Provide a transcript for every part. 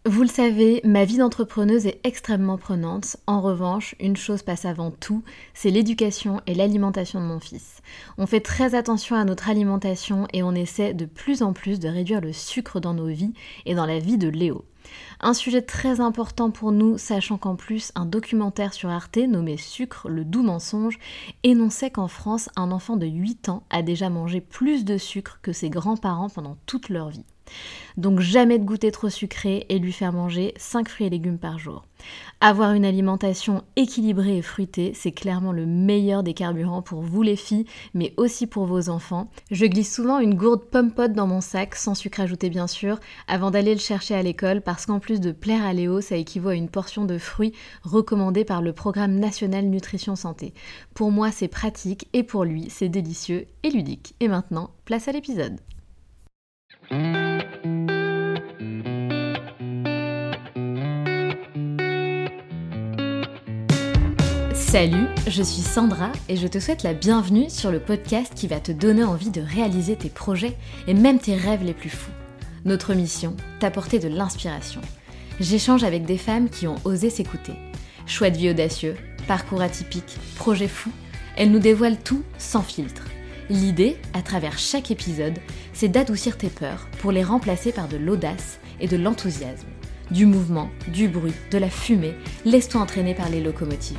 Vous le savez, ma vie d'entrepreneuse est extrêmement prenante. En revanche, une chose passe avant tout, c'est l'éducation et l'alimentation de mon fils. On fait très attention à notre alimentation et on essaie de plus en plus de réduire le sucre dans nos vies et dans la vie de Léo. Un sujet très important pour nous, sachant qu'en plus, un documentaire sur Arte nommé Sucre, le doux mensonge, énonçait qu'en France, un enfant de 8 ans a déjà mangé plus de sucre que ses grands-parents pendant toute leur vie. Donc jamais de goûter trop sucré et lui faire manger 5 fruits et légumes par jour. Avoir une alimentation équilibrée et fruitée, c'est clairement le meilleur des carburants pour vous les filles, mais aussi pour vos enfants. Je glisse souvent une gourde pomme-pote dans mon sac, sans sucre ajouté bien sûr, avant d'aller le chercher à l'école, parce qu'en plus de plaire à Léo, ça équivaut à une portion de fruits recommandée par le Programme national nutrition santé. Pour moi, c'est pratique et pour lui, c'est délicieux et ludique. Et maintenant, place à l'épisode. Salut, je suis Sandra et je te souhaite la bienvenue sur le podcast qui va te donner envie de réaliser tes projets et même tes rêves les plus fous. Notre mission, t'apporter de l'inspiration. J'échange avec des femmes qui ont osé s'écouter. Choix de vie audacieux, parcours atypique, projets fous, elles nous dévoilent tout sans filtre. L'idée, à travers chaque épisode, c'est d'adoucir tes peurs pour les remplacer par de l'audace et de l'enthousiasme. Du mouvement, du bruit, de la fumée, laisse-toi entraîner par les locomotives.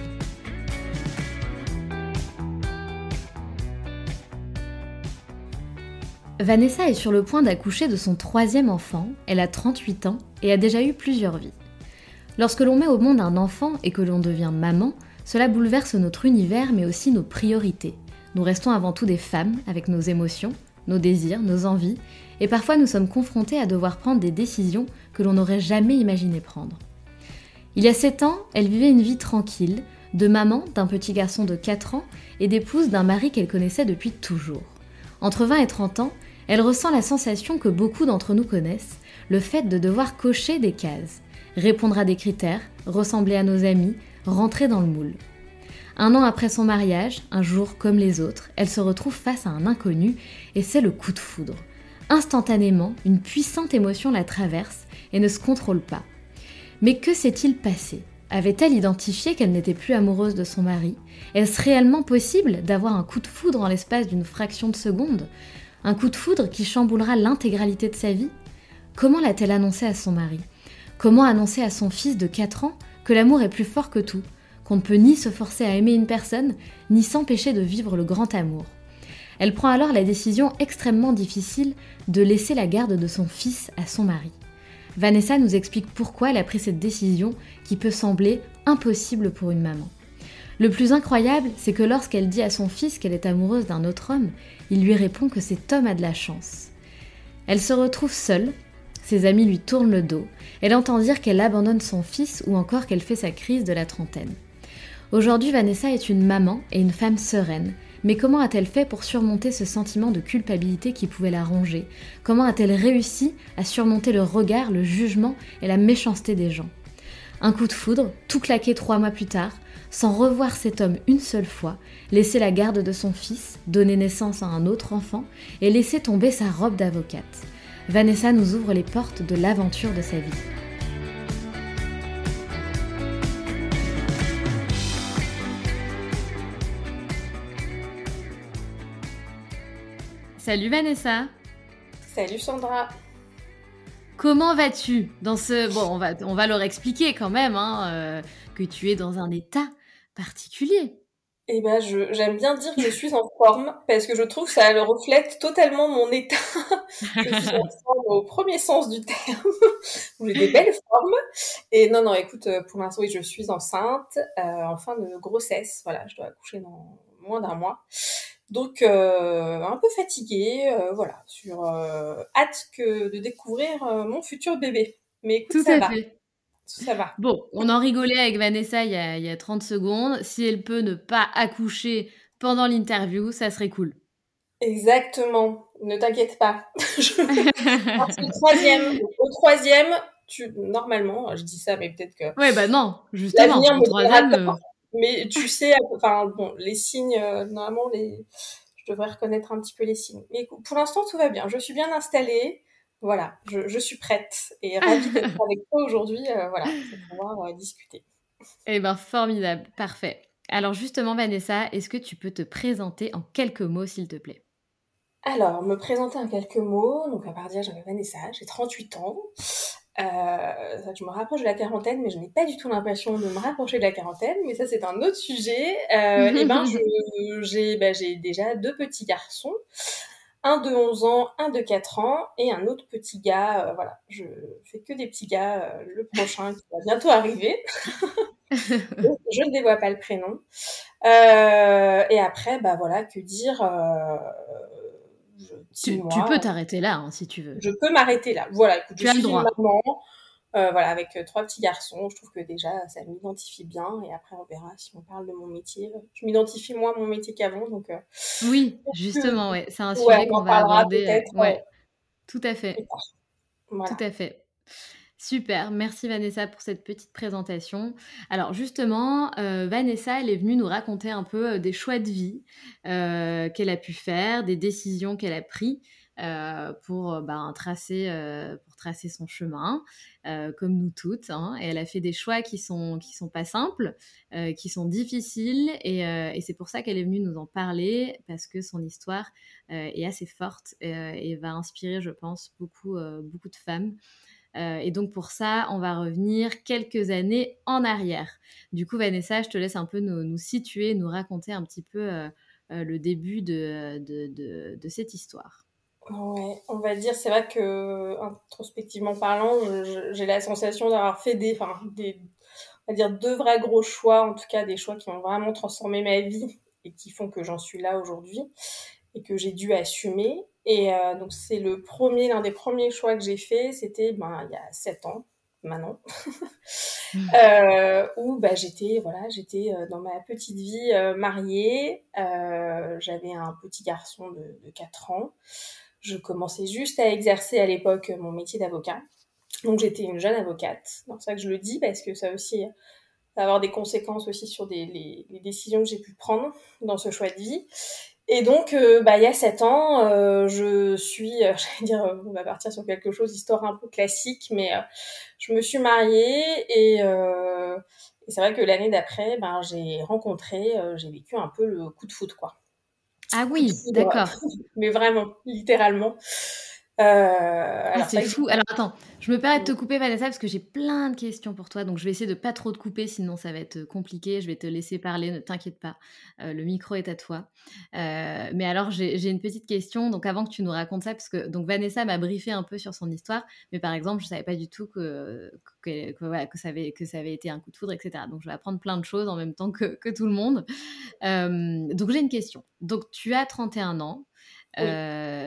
Vanessa est sur le point d'accoucher de son 3e enfant, elle a 38 ans et a déjà eu plusieurs vies. Lorsque l'on met au monde un enfant et que l'on devient maman, cela bouleverse notre univers mais aussi nos priorités. Nous restons avant tout des femmes avec nos émotions, nos désirs, nos envies, et parfois nous sommes confrontés à devoir prendre des décisions que l'on n'aurait jamais imaginé prendre. Il y a 7 ans, elle vivait une vie tranquille, de maman d'un petit garçon de 4 ans et d'épouse d'un mari qu'elle connaissait depuis toujours. Entre 20 et 30 ans, elle ressent la sensation que beaucoup d'entre nous connaissent, le fait de devoir cocher des cases, répondre à des critères, ressembler à nos amis, rentrer dans le moule. 1 an après son mariage, un jour comme les autres, elle se retrouve face à un inconnu et c'est le coup de foudre. Instantanément, une puissante émotion la traverse et ne se contrôle pas. Mais que s'est-il passé ? Avait-elle identifié qu'elle n'était plus amoureuse de son mari ? Est-ce réellement possible d'avoir un coup de foudre en l'espace d'une fraction de seconde ? Un coup de foudre qui chamboulera l'intégralité de sa vie ? Comment l'a-t-elle annoncé à son mari ? Comment annoncer à son fils de 4 ans que l'amour est plus fort que tout ? Qu'on ne peut ni se forcer à aimer une personne, ni s'empêcher de vivre le grand amour. Elle prend alors la décision extrêmement difficile de laisser la garde de son fils à son mari. Vanessa nous explique pourquoi elle a pris cette décision qui peut sembler impossible pour une maman. Le plus incroyable, c'est que lorsqu'elle dit à son fils qu'elle est amoureuse d'un autre homme, il lui répond que cet homme a de la chance. Elle se retrouve seule, ses amis lui tournent le dos, elle entend dire qu'elle abandonne son fils ou encore qu'elle fait sa crise de la trentaine. Aujourd'hui, Vanessa est une maman et une femme sereine, mais comment a-t-elle fait pour surmonter ce sentiment de culpabilité qui pouvait la ronger ? Comment a-t-elle réussi à surmonter le regard, le jugement et la méchanceté des gens ? Un coup de foudre, tout claqué 3 mois plus tard, sans revoir cet homme une seule fois, laisser la garde de son fils, donner naissance à un autre enfant et laisser tomber sa robe d'avocate. Vanessa nous ouvre les portes de l'aventure de sa vie. Salut Vanessa. Salut Sandra. Comment vas-tu dans ce... Bon, on va leur expliquer quand même que tu es dans un état particulier. Eh ben, j'aime bien dire que je suis en forme parce que je trouve que ça le reflète totalement mon état. Je suis en forme au premier sens du terme, où j'ai des belles formes. Et non, écoute, pour l'instant, oui, je suis enceinte, en fin de grossesse. Voilà, je dois accoucher dans moins d'1 mois. Donc, un peu fatiguée, voilà, hâte de découvrir mon futur bébé. Mais écoute, Tout à fait. ça va. Bon, on en rigolait avec Vanessa il y a 30 secondes. Si elle peut ne pas accoucher pendant l'interview, ça serait cool. Exactement, ne t'inquiète pas. Au troisième, normalement, je dis ça, mais peut-être que Ouais, bah non, justement, l'avenir au me dira troisième... tort. Mais tu sais, enfin bon, les signes, normalement, je devrais reconnaître un petit peu les signes. Mais pour l'instant, tout va bien. Je suis bien installée. Voilà, je suis prête et ravie d'être avec toi aujourd'hui, voilà, pour pouvoir, discuter. Eh ben, formidable, parfait. Alors justement, Vanessa, est-ce que tu peux te présenter en quelques mots, s'il te plaît? Alors, me présenter en quelques mots, donc à part dire, je m'appelle Vanessa, j'ai 38 ans. C'est vrai que je me rapproche de la quarantaine, mais je n'ai pas du tout l'impression de me rapprocher de la quarantaine, mais ça c'est un autre sujet. Et ben j'ai déjà 2 petits garçons, un de 11 ans, un de 4 ans et un autre petit gars, voilà, je fais que des petits gars, le prochain qui va bientôt arriver. Je ne dévoile pas le prénom. Et après, bah voilà, que dire, 10 Tu peux mois, t'arrêter là, hein, si tu veux. je peux m'arrêter là. Voilà, écoute, je Tu as le suis une droit. maman, voilà, avec 3 petits garçons. Je trouve que déjà, ça m'identifie bien. Et après, on verra si on parle de mon métier. Je m'identifie moins à mon métier qu'avant, donc Oui, que- justement, ouais, c'est un ouais, sujet on qu'on en va parlera aborder. peut-être Ouais, tout à plus fait, tard. tout Voilà. à fait. Super, merci Vanessa pour cette petite présentation. Alors justement, Vanessa, elle est venue nous raconter un peu des choix de vie qu'elle a pu faire, des décisions qu'elle a prises pour, pour tracer son chemin, comme nous toutes, hein. Et elle a fait des choix qui sont pas simples, qui sont difficiles, et c'est pour ça qu'elle est venue nous en parler, parce que son histoire est assez forte et va inspirer, je pense, beaucoup de femmes. Et donc pour ça, on va revenir quelques années en arrière. Du coup, Vanessa, je te laisse un peu nous situer, nous raconter un petit peu le début de cette histoire. Ouais, on va dire, c'est vrai que, introspectivement parlant, j'ai la sensation d'avoir fait on va dire, 2 vrais gros choix, en tout cas des choix qui ont vraiment transformé ma vie et qui font que j'en suis là aujourd'hui et que j'ai dû assumer. Et donc c'est l'un des premiers choix que j'ai fait, c'était ben, il y a 7 ans maintenant, où bah, j'étais dans ma petite vie mariée, j'avais un petit garçon de 4 ans, je commençais juste à exercer à l'époque mon métier d'avocat. Donc j'étais une jeune avocate. C'est pour ça que je le dis, parce que ça aussi va avoir des conséquences aussi sur les décisions que j'ai pu prendre dans ce choix de vie. Et donc, bah, il y a 7 ans, je suis, j'allais dire, on va partir sur quelque chose, histoire un peu classique, mais je me suis mariée et c'est vrai que l'année d'après, ben, j'ai vécu un peu le coup de foudre, quoi. Ah Coup de oui, foudre, d'accord. mais vraiment, littéralement. Ah, Alors c'est ça, fou. Alors attends, je me permets de te couper, Vanessa, parce que j'ai plein de questions pour toi. Donc je vais essayer de pas trop te couper, sinon ça va être compliqué. Je vais te laisser parler, ne t'inquiète pas. Le micro est à toi. Mais alors j'ai une petite question. Donc avant que tu nous racontes ça, parce que donc Vanessa m'a briefé un peu sur son histoire, mais par exemple je savais pas du tout voilà, que ça avait été un coup de foudre, etc. Donc je vais apprendre plein de choses en même temps que tout le monde. Donc j'ai une question. Donc tu as 31 ans. oui.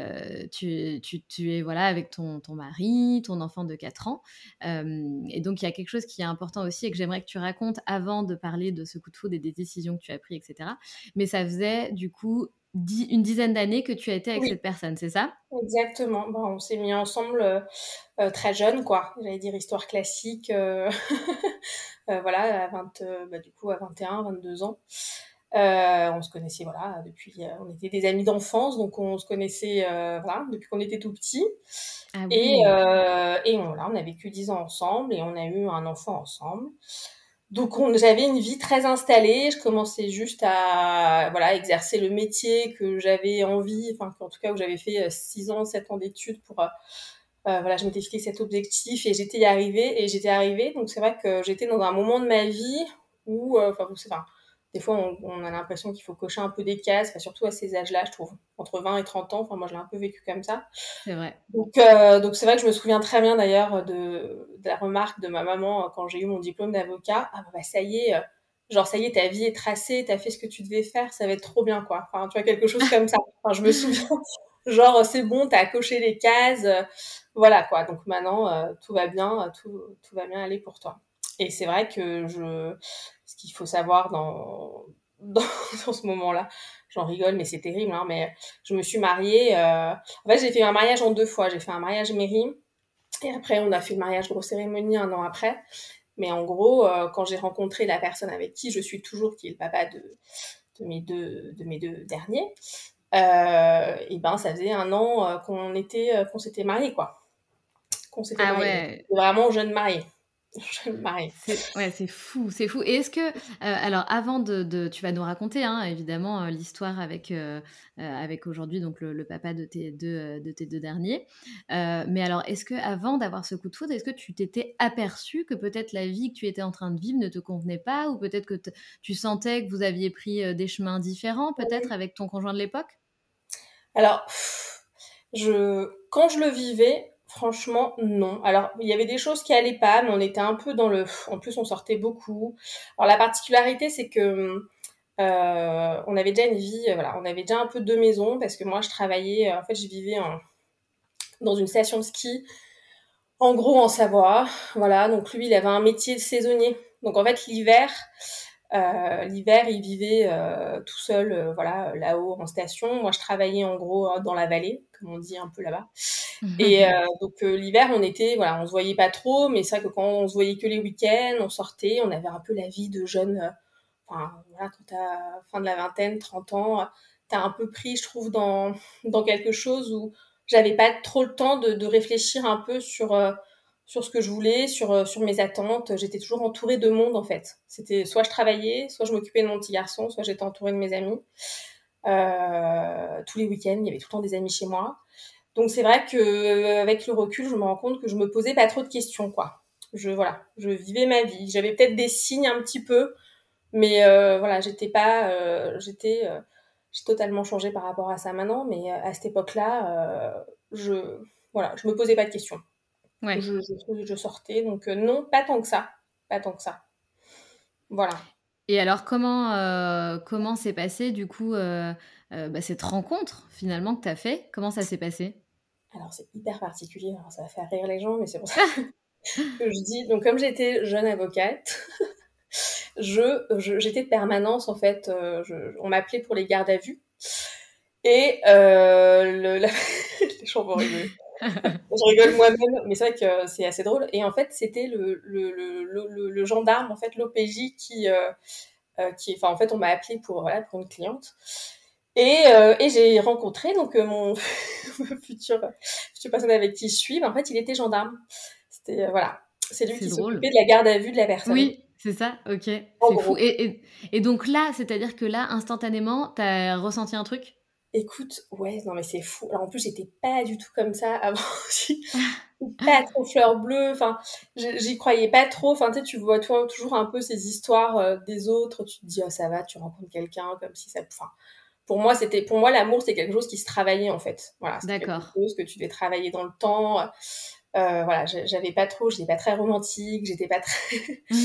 Tu es voilà, avec ton mari, ton enfant de 4 ans. Et donc, il y a quelque chose qui est important aussi et que j'aimerais que tu racontes avant de parler de ce coup de foudre et des décisions que tu as prises, etc. Mais ça faisait du coup une dizaine d'années que tu as été avec Oui, cette personne, c'est ça? exactement. Bon, on s'est mis ensemble très jeune, quoi. J'allais dire histoire classique, voilà, bah, du coup à 21, 22 ans. On se connaissait, voilà, depuis, on était des amis d'enfance, donc on se connaissait, voilà, depuis qu'on était tout petits. Ah Et, oui. on a vécu 10 ans ensemble et on a eu un enfant ensemble. Donc j'avais une vie très installée. Je commençais juste à voilà exercer le métier que j'avais envie, enfin en tout cas où j'avais fait 6 ans, 7 ans d'études pour voilà, je m'étais fixé cet objectif et j'étais arrivée. Donc c'est vrai que j'étais dans un moment de ma vie où, enfin, des fois on a l'impression qu'il faut cocher un peu des cases, enfin, surtout à ces âges-là, je trouve, entre 20 et 30 ans. Enfin moi je l'ai un peu vécu comme ça. C'est vrai. Donc c'est vrai que je me souviens très bien d'ailleurs de la remarque de ma maman quand j'ai eu mon diplôme d'avocat. Ah bah ça y est, genre ça y est, ta vie est tracée, t'as fait ce que tu devais faire, ça va être trop bien quoi. Enfin tu vois quelque chose comme ça. Enfin je me souviens, genre c'est bon, t'as coché les cases, voilà quoi. Donc maintenant tout va bien, tout va bien aller pour toi. Et c'est vrai que ce qu'il faut savoir dans, dans ce moment-là, j'en rigole mais c'est terrible, hein, mais je me suis mariée. En fait, j'ai fait un mariage en 2 fois. J'ai fait un mariage mairie et après, on a fait le mariage grosse cérémonie un an après. Mais en gros, quand j'ai rencontré la personne avec qui je suis toujours, qui est le papa de mes deux derniers, et ben, ça faisait un an qu'on s'était mariés, quoi. qu'on s'était Ah mariés. Donc, ouais. c'était vraiment jeune mariée. Jeune mariée. C'est fou, c'est fou. Et est-ce que, alors avant tu vas nous raconter, hein, évidemment, l'histoire avec aujourd'hui donc le papa de tes 2 derniers. Mais alors est-ce que avant d'avoir ce coup de foudre, est-ce que tu t'étais aperçu que peut-être la vie que tu étais en train de vivre ne te convenait pas? Ou peut-être que tu sentais que vous aviez pris, des chemins différents peut-être avec ton conjoint de l'époque? Alors, quand je le vivais, franchement, non. Alors, il y avait des choses qui allaient pas, mais on était un peu dans le, en plus, on sortait beaucoup. Alors, la particularité, c'est que, on avait déjà une vie, voilà, on avait déjà un peu 2 maisons parce que moi, je travaillais, en fait, je vivais dans une station de ski, en gros, en Savoie. Voilà, donc lui, il avait un métier de saisonnier. Donc, en fait, l'hiver, il vivait tout seul, voilà, là-haut en station. Moi, je travaillais en gros dans la vallée, comme on dit un peu là-bas. Et donc l'hiver, voilà, on se voyait pas trop, mais c'est vrai que quand on se voyait que les week-ends, on sortait, on avait un peu la vie de jeune. Enfin, voilà, quand t'as fin de la vingtaine, 30 ans, t'as un peu pris, je trouve, dans quelque chose où j'avais pas trop le temps de réfléchir un peu sur ce que je voulais, sur mes attentes. J'étais toujours entourée de monde, en fait. C'était soit je travaillais, soit je m'occupais de mon petit garçon, soit j'étais entourée de mes amis. Tous les week-ends, il y avait tout le temps des amis chez moi. Donc c'est vrai que avec le recul, je me rends compte que je me posais pas trop de questions, quoi. Voilà, je vivais ma vie. J'avais peut-être des signes un petit peu, mais voilà, j'étais pas, j'ai totalement changé par rapport à ça maintenant, mais à cette époque-là, voilà, je me posais pas de questions. Ouais. Je sortais, donc non, pas tant que ça, pas tant que ça. Voilà. Et alors comment s'est passée du coup, bah, cette rencontre finalement que tu as fait? Comment ça s'est passé? Alors c'est hyper particulier, alors ça va faire rire les gens, mais c'est pour ça que je dis. Donc comme j'étais jeune avocate, j'étais de permanence en fait. On m'appelait pour les gardes à vue et les gens vont rigoler. Je rigole moi-même, mais c'est vrai que c'est assez drôle. Et en fait, c'était le gendarme, en fait, l'OPJ enfin, en fait, on m'a appelé voilà, pour une cliente. Et j'ai rencontré donc mon futur personne avec qui je suis. En fait, il était gendarme. C'était voilà, c'est lui C'est qui drôle. s'occupait de la garde à vue de la personne. Oui, c'est ça, OK, En c'est fou. gros. Et donc là, c'est-à-dire que là, instantanément, tu as ressenti un truc? Écoute, ouais, non mais c'est fou. Alors en plus, j'étais pas du tout comme ça avant. Pas trop fleur bleue. Enfin, j'y croyais pas trop. Enfin, tu sais, tu vois toi toujours un peu ces histoires des autres. Tu te dis, oh ça va, tu rencontres quelqu'un comme si ça. Enfin, pour moi l'amour c'est quelque chose qui se travaillait en fait. Voilà, c'était quelque D'accord. chose que tu devais travailler dans le temps. Voilà, j'étais pas très romantique, j'étais pas très.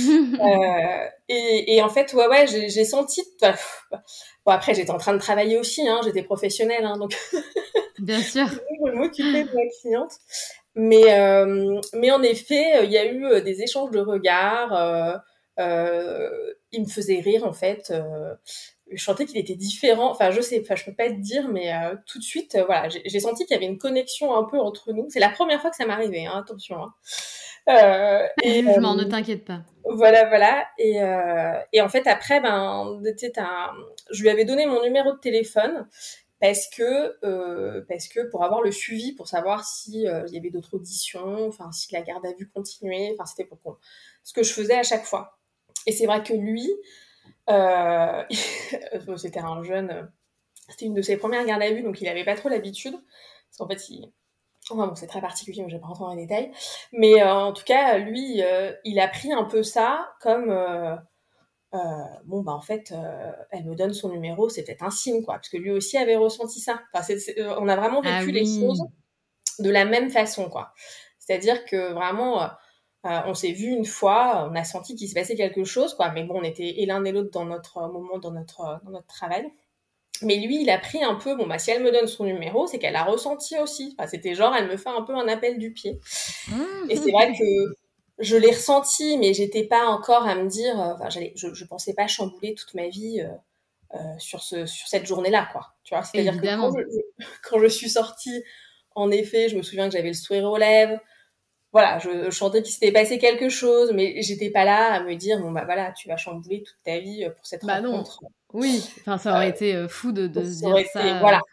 Et en fait, ouais, j'ai senti. Bon après, j'étais en train de travailler aussi, hein, j'étais professionnelle, hein, donc Bien sûr. je m'occupais de ma cliente. Mais en effet, il y a eu des échanges de regards. Il me faisait rire en fait. Je sentais qu'il était différent. Enfin, je sais, enfin, je peux pas te dire, mais tout de suite, voilà, j'ai senti qu'il y avait une connexion un peu entre nous. C'est la première fois que ça m'arrivait, hein, attention. Hein. Pas de Et jugement, ne t'inquiète pas. voilà. Et en fait, après, ben, tu sais, je lui avais donné mon numéro de téléphone parce que pour avoir le suivi, pour savoir si il y avait d'autres auditions, enfin si la garde à vue continuait, enfin c'était ce que je faisais à chaque fois. Et c'est vrai que lui, euh, c'était un jeune, c'était une de ses premières gardes à vue, donc il avait pas trop l'habitude. Parce qu'en fait, enfin bon, c'est très particulier, mais je vais pas rentrer dans les détails. Mais en tout cas, lui, il a pris un peu ça comme bon bah en fait elle me donne son numéro, c'est peut-être un signe quoi, parce que lui aussi avait ressenti ça. Enfin, on a vraiment Ah vécu les choses oui. de la même façon quoi. C'est-à-dire que vraiment on s'est vu une fois, on a senti qu'il se passait quelque chose quoi, mais bon on était et l'un et l'autre dans notre moment dans notre travail. Mais lui, il a pris un peu, bon bah si elle me donne son numéro, c'est qu'elle a ressenti aussi. Enfin, c'était genre, elle me fait un peu un appel du pied. Et c'est vrai Mmh. que je l'ai ressenti, mais j'étais pas encore à me dire, enfin, je pensais pas chambouler toute ma vie sur cette journée-là, quoi. Tu vois, c'est-à-dire que Évidemment. quand je suis sortie, en effet, je me souviens que j'avais le sourire aux lèvres. Voilà, je sentais qu'il s'était passé quelque chose, mais j'étais pas là à me dire, bon bah voilà, tu vas chambouler toute ta vie pour cette Bah non. rencontre. Oui, enfin ça aurait été, fou de se Ça aurait dire été, ça, voilà.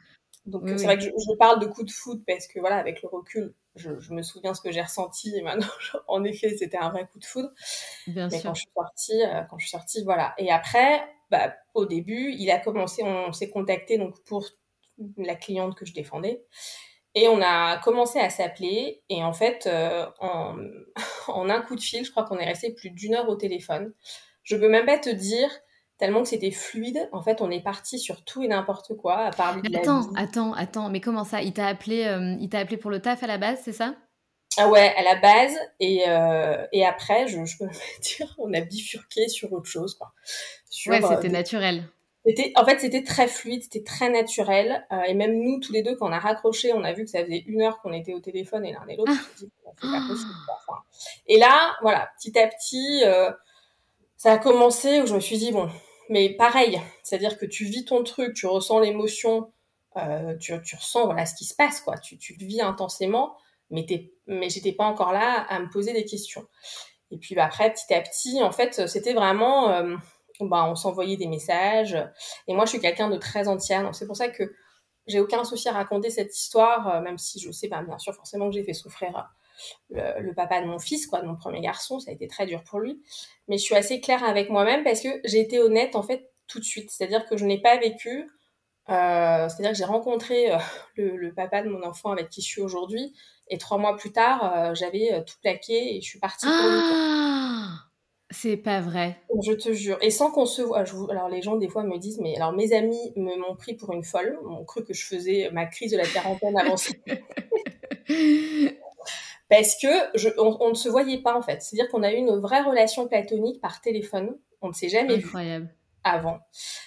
Donc Oui, c'est vrai oui, que je parle de coup de foudre parce que voilà, avec le recul, je me souviens ce que j'ai ressenti et maintenant, en effet, c'était un vrai coup de foudre. bien Mais sûr. quand je suis sortie, voilà. Et après, bah, au début, il a commencé, on s'est contacté donc pour la cliente que je défendais. Et on a commencé à s'appeler. Et en fait, en un coup de fil, je crois qu'on est resté plus d'1 heure au téléphone. Je peux même pas te dire, tellement que c'était fluide. En fait, on est parti sur tout et n'importe quoi, à parler Mais de la attends, vie. attends, attends, mais comment ça? Il t'a appelé pour le taf à la base, c'est ça? Ah ouais, à la base. Et après, je peux même dire, on a bifurqué sur autre chose, quoi. Ouais, Sur c'était naturel. En fait, c'était très fluide, c'était très naturel. Et même nous, tous les deux, quand on a raccroché, on a vu que ça faisait 1 heure qu'on était au téléphone et l'un et l'autre, on Ah! s'est dit, bah, c'est pas possible, quoi. Enfin, et là, voilà, petit à petit, ça a commencé où je me suis dit, bon, mais pareil, c'est-à-dire que tu vis ton truc, tu ressens l'émotion, tu ressens voilà ce qui se passe, quoi. Tu le vis intensément, mais j'étais pas encore là à me poser des questions. Et puis bah, après, petit à petit, en fait, c'était vraiment, bah, on s'envoyait des messages. Et moi, je suis quelqu'un de très entière, donc c'est pour ça que j'ai aucun souci à raconter cette histoire, même si je sais, bah, bien sûr, forcément que j'ai fait souffrir le papa de mon fils, quoi, de mon premier garçon, ça a été très dur pour lui. Mais je suis assez claire avec moi-même parce que j'ai été honnête, en fait, tout de suite. C'est-à-dire que je n'ai pas vécu, c'est-à-dire que j'ai rencontré le papa de mon enfant avec qui je suis aujourd'hui, et 3 mois plus tard, j'avais tout plaqué et je suis partie pour lui. Ah! C'est pas vrai. Je te jure. Et sans qu'on se voit. Alors les gens des fois me disent, mais alors mes amis m'ont pris pour une folle, m'ont cru que je faisais ma crise de la quarantaine avancée. Parce que on ne se voyait pas en fait. C'est-à-dire qu'on a eu une vraie relation platonique par téléphone. On ne s'est jamais vu Incroyable. avant.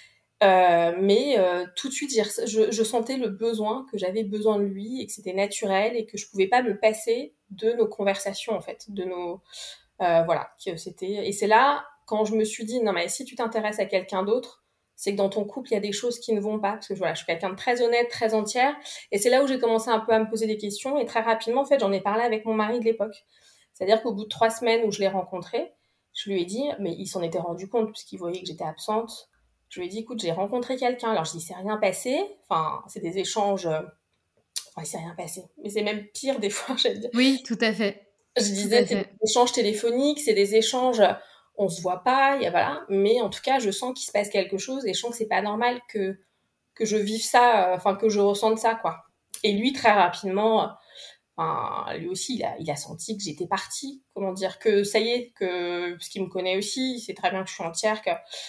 Mais tout de suite, je sentais le besoin, que j'avais besoin de lui et que c'était naturel et que je pouvais pas me passer de nos conversations en fait, de nos voilà, que c'était. Et c'est là quand je me suis dit non mais si tu t'intéresses à quelqu'un d'autre, c'est que dans ton couple il y a des choses qui ne vont pas parce que voilà, je suis quelqu'un de très honnête, très entière. Et c'est là où j'ai commencé un peu à me poser des questions et très rapidement en fait j'en ai parlé avec mon mari de l'époque. C'est-à-dire qu'au bout de 3 semaines où je l'ai rencontré, je lui ai dit, mais il s'en était rendu compte puisqu'il voyait que j'étais absente. Je lui ai dit, écoute, j'ai rencontré quelqu'un. Alors je dis, c'est rien passé. Enfin, c'est des échanges. Enfin, il s'est rien passé. Mais c'est même pire des fois, j'allais dire. Oui, tout à fait. Je Tout disais, à c'est des fait. échanges téléphoniques, c'est des échanges, on se voit pas, il y a voilà. Mais en tout cas, je sens qu'il se passe quelque chose et je sens que c'est pas normal que je vive ça, enfin que je ressente ça, quoi. Et lui, très rapidement, enfin, lui aussi, il a senti que j'étais partie. Comment dire que ça y est, que parce qu'il me connaît aussi, il sait très bien que je suis entière,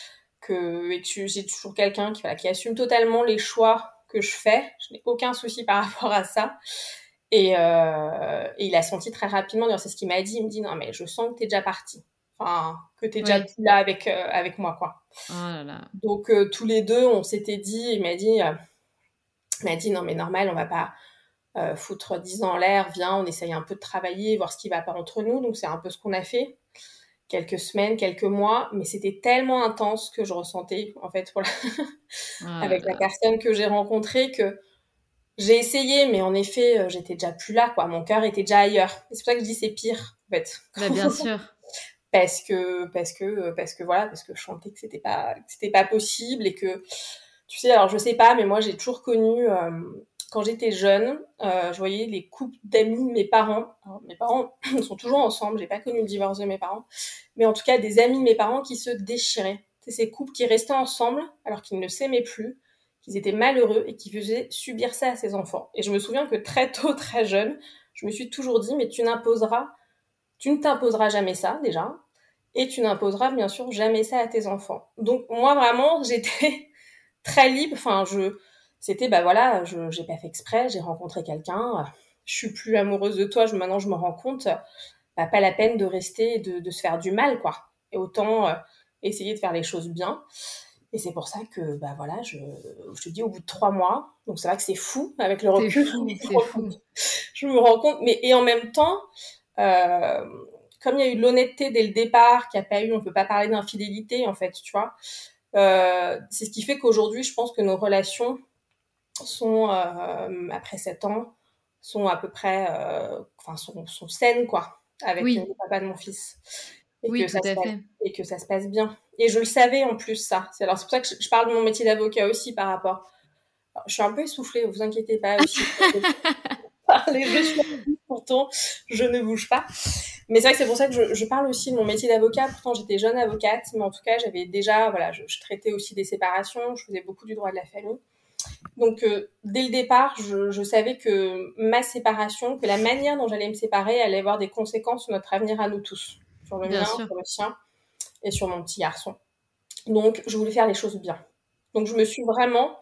et que j'ai toujours quelqu'un qui, voilà, qui assume totalement les choix que je fais. Je n'ai aucun souci par rapport à ça. Et il a senti très rapidement, d'ailleurs c'est ce qu'il m'a dit, il me dit non mais je sens que t'es déjà parti, enfin que t'es déjà Oui. plus là avec moi quoi. Oh là là. Donc tous les deux on s'était dit, il m'a dit non mais normal on va pas foutre 10 ans en l'air, viens on essaye un peu de travailler, voir ce qui va pas entre nous, donc c'est un peu ce qu'on a fait, quelques semaines, quelques mois, mais c'était tellement intense que je ressentais en fait voilà, Oh là avec la là. personne que j'ai rencontrée que j'ai essayé, mais en effet, j'étais déjà plus là, quoi. Mon cœur était déjà ailleurs. Et c'est pour ça que je dis c'est pire, en fait. Bah, bien sûr. Parce que voilà, parce que je sentais que c'était pas possible et que, tu sais, alors je sais pas, mais moi j'ai toujours connu, quand j'étais jeune, je voyais les couples d'amis de mes parents. Alors, mes parents sont toujours ensemble, j'ai pas connu le divorce de mes parents, mais en tout cas des amis de mes parents qui se déchiraient. C'est ces couples qui restaient ensemble alors qu'ils ne s'aimaient plus, qu'ils étaient malheureux et qui faisaient subir ça à ses enfants. Et je me souviens que très tôt, très jeune, je me suis toujours dit, mais tu ne t'imposeras jamais ça, déjà, et tu n'imposeras bien sûr jamais ça à tes enfants. Donc moi vraiment, j'étais très libre, enfin c'était bah voilà, j'ai pas fait exprès, j'ai rencontré quelqu'un, je suis plus amoureuse de toi, maintenant je me rends compte, bah, pas la peine de rester et de se faire du mal quoi. Et autant essayer de faire les choses bien. Et c'est pour ça que bah voilà, je te dis au bout de 3 mois, donc c'est vrai que c'est fou avec le C'est recul, fou, c'est fou. je me rends compte, mais et en même temps, euh, comme il y a eu de l'honnêteté dès le départ, qu'il n'y a pas eu, on peut pas parler d'infidélité en fait, tu vois. C'est ce qui fait qu'aujourd'hui, je pense que nos relations sont, après 7 ans, sont à peu près, enfin, sont saines, quoi, avec le Oui, papa de mon fils. Et oui, que tout ça se à passe, fait. et que ça se passe bien. Et je le savais en plus, ça. Alors, c'est pour ça que je parle de mon métier d'avocat aussi par rapport Alors, je suis un peu essoufflée, vous inquiétez pas aussi. Parler, je suis assise, pourtant je ne bouge pas. Mais c'est vrai que c'est pour ça que je parle aussi de mon métier d'avocat. Pourtant, j'étais jeune avocate, mais en tout cas, j'avais déjà, voilà, je traitais aussi des séparations, je faisais beaucoup du droit de la famille. Donc, dès le départ, je savais que ma séparation, que la manière dont j'allais me séparer allait avoir des conséquences sur notre avenir à nous tous, sur le Bien mien, sûr. sur le sien et sur mon petit garçon. Donc, je voulais faire les choses bien. Donc, je me suis vraiment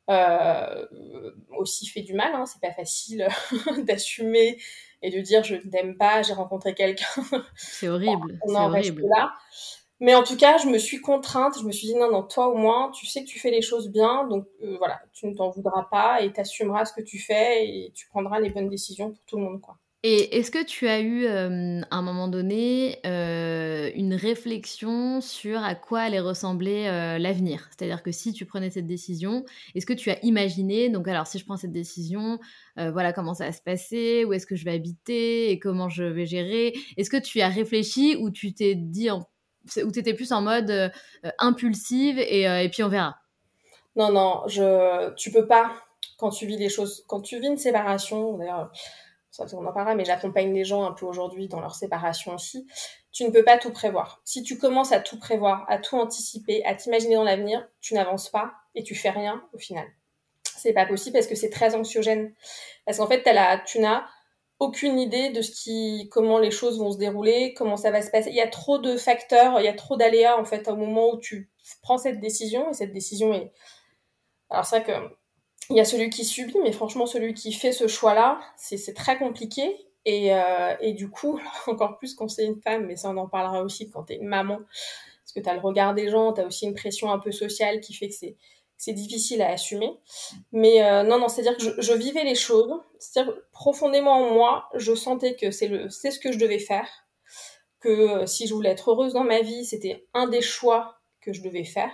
aussi fait du mal. Hein. C'est pas facile d'assumer et de dire je ne t'aime pas, j'ai rencontré quelqu'un. C'est horrible, On c'est en reste horrible. là. Mais en tout cas, je me suis contrainte. Je me suis dit non, non, toi au moins, tu sais que tu fais les choses bien, donc voilà, tu ne t'en voudras pas et t'assumeras ce que tu fais et tu prendras les bonnes décisions pour tout le monde, quoi. Et est-ce que tu as eu, à un moment donné, une réflexion sur à quoi allait ressembler, l'avenir? C'est-à-dire que si tu prenais cette décision, est-ce que tu as imaginé donc alors si je prends cette décision, voilà comment ça va se passer, où est-ce que je vais habiter et comment je vais gérer? Est-ce que tu y as réfléchi ou tu t'es dit en ou tu étais plus en mode, impulsive et puis on verra? Non, non, tu peux pas quand tu vis les choses, quand tu vis une séparation. D'ailleurs, ça, on en parlera, mais j'accompagne les gens un peu aujourd'hui dans leur séparation aussi. Tu ne peux pas tout prévoir. Si tu commences à tout prévoir, à tout anticiper, à t'imaginer dans l'avenir, tu n'avances pas et tu fais rien au final. C'est pas possible parce que c'est très anxiogène. Parce qu'en fait, tu n'as aucune idée de comment les choses vont se dérouler, comment ça va se passer. Il y a trop de facteurs, il y a trop d'aléas en fait au moment où tu prends cette décision et cette décision est. Alors c'est vrai que il y a celui qui subit, mais franchement celui qui fait ce choix-là, c'est très compliqué. Et du coup, encore plus quand c'est une femme, mais ça on en parlera aussi quand t'es une maman, parce que t'as le regard des gens, t'as aussi une pression un peu sociale qui fait que c'est difficile à assumer. Mais non, non, c'est-à-dire que je vivais les choses. C'est-à-dire profondément en moi, je sentais que c'est ce que je devais faire. Que si je voulais être heureuse dans ma vie, c'était un des choix que je devais faire.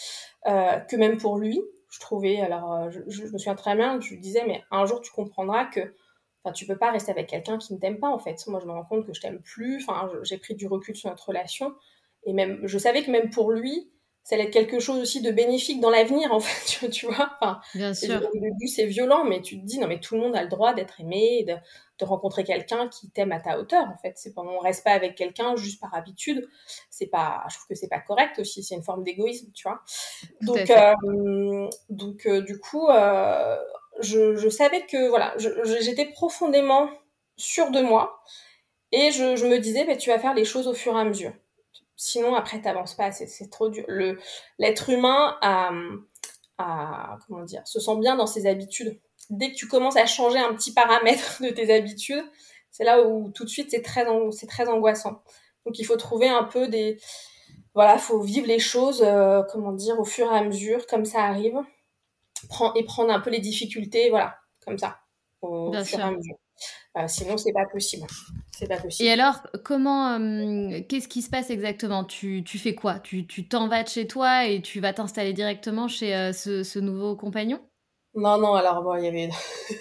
Que même pour lui, je trouvais. Alors, je me souviens très bien que je lui disais, mais un jour tu comprendras que. Enfin, tu peux pas rester avec quelqu'un qui ne t'aime pas, en fait. Moi, je me rends compte que je t'aime plus. Enfin, j'ai pris du recul sur notre relation. Et même, je savais que même pour lui, ça allait être quelque chose aussi de bénéfique dans l'avenir, en fait, tu vois. Enfin, Bien au sûr, début, c'est violent, mais tu te dis, non, mais tout le monde a le droit d'être aimé, de rencontrer quelqu'un qui t'aime à ta hauteur, en fait. C'est pas, on reste pas avec quelqu'un juste par habitude. C'est pas, je trouve que c'est pas correct aussi. C'est une forme d'égoïsme, tu vois. tout à Donc, fait. du coup, je savais que, voilà, j'étais profondément sûre de moi. Et je me disais, bah, tu vas faire les choses au fur et à mesure. Sinon, après, t'avances pas, c'est trop dur. L'être humain comment dire, se sent bien dans ses habitudes. Dès que tu commences à changer un petit paramètre de tes habitudes, c'est là où tout de suite c'est très angoissant. Donc il faut trouver un peu voilà, faut vivre les choses, comment dire, au fur et à mesure, comme ça arrive, et prendre un peu les difficultés, voilà, comme ça, au Bien fur et à sûr. mesure. Sinon, c'est pas possible. C'est pas Et possible. alors, comment, qu'est-ce qui se passe exactement? Tu fais quoi? Tu t'en vas de chez toi et tu vas t'installer directement chez, ce nouveau compagnon? Non, non, alors bon, il y avait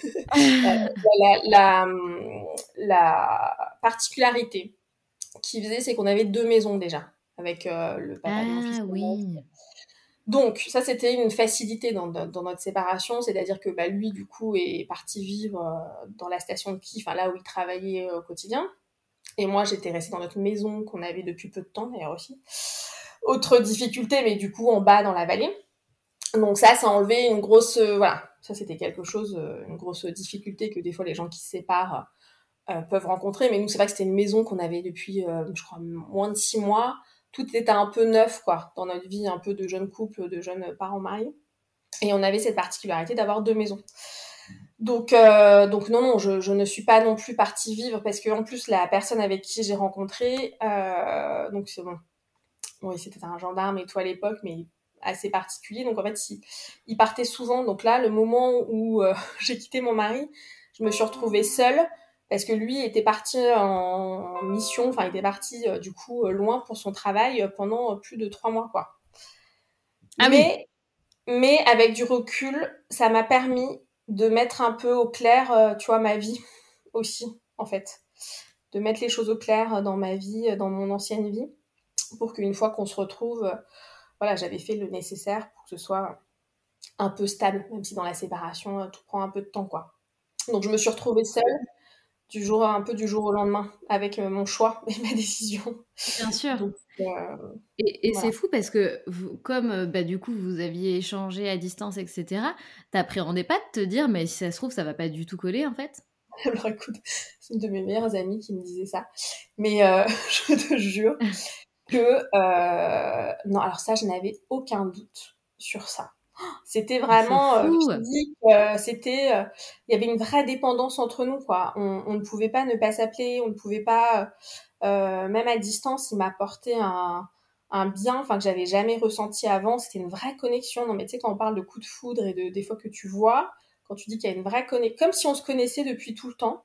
la particularité qui faisait, c'est qu'on avait 2 maisons déjà, avec le papa de mon fils Ah et moi. oui! Donc ça, c'était une facilité dans notre séparation, c'est-à-dire que bah, lui, du coup, est parti vivre dans la station de ski, enfin là où il travaillait au quotidien. Et moi, j'étais restée dans notre maison qu'on avait depuis peu de temps d'ailleurs aussi. Autre difficulté, mais du coup en bas dans la vallée. Donc ça a enlevé une grosse, voilà, ça c'était quelque chose, une grosse difficulté que des fois les gens qui se séparent peuvent rencontrer. Mais nous, c'est vrai que c'était une maison qu'on avait depuis, je crois, moins de 6 mois. Tout était un peu neuf, quoi, dans notre vie, un peu de jeune couple, de jeunes parents mariés. Et on avait cette particularité d'avoir 2 maisons. Donc non, non, je ne suis pas non plus partie vivre parce que en plus la personne avec qui j'ai rencontré, donc c'est bon, oui, c'était un gendarme et tout à l'époque, mais assez particulier. Donc en fait, il partait souvent. Donc là, le moment où j'ai quitté mon mari, je me suis retrouvée seule parce que lui était parti en mission. Enfin, il était parti du coup loin pour son travail pendant plus de 3 mois, quoi. Ah oui! Mais mais avec du recul, ça m'a permis de mettre un peu au clair, tu vois, ma vie aussi, en fait. De mettre les choses au clair dans ma vie, dans mon ancienne vie, pour qu'une fois qu'on se retrouve, voilà, j'avais fait le nécessaire pour que ce soit un peu stable, même si dans la séparation, tout prend un peu de temps, quoi. Donc je me suis retrouvée seule un peu du jour au lendemain avec mon choix et ma décision. Bien sûr. Donc Et voilà. c'est fou parce que vous comme, bah, du coup, vous aviez échangé à distance et cetera, tu appréhendais pas de te dire: «Mais si ça se trouve, ça va pas du tout coller, en fait»? Alors écoute, c'est une de mes meilleures amies qui me disait ça. Mais je te jure que non, alors ça, je n'avais aucun doute sur ça. C'était Mais c'est vraiment fou! physique, il y avait une vraie dépendance entre nous, quoi. On ne pouvait pas ne pas s'appeler, on ne pouvait pas, même à distance, il m'apportait un bien, enfin, que j'avais jamais ressenti avant. C'était une vraie connexion. Non, mais tu sais, quand on parle de coup de foudre et des fois que tu vois, quand tu dis qu'il y a une vraie connexion, comme si on se connaissait depuis tout le temps.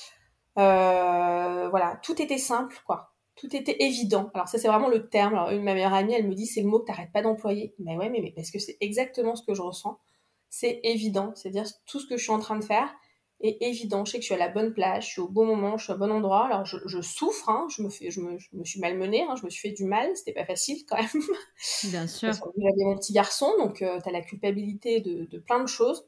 Voilà, tout était simple, quoi. Tout était évident. Alors ça, c'est vraiment le terme. Alors, une de ma meilleure amie, elle me dit, c'est le mot que t'arrêtes pas d'employer. Mais ouais, mais parce que c'est exactement ce que je ressens. C'est évident. C'est-à-dire tout ce que je suis en train de faire est évident. Je sais que je suis à la bonne place, je suis au bon moment, je suis au bon endroit. Alors je souffre, hein, je me suis malmenée, hein, je me suis fait du mal. C'était pas facile quand même. Bien sûr. Parce que j'avais mon petit garçon, donc t'as la culpabilité de plein de choses.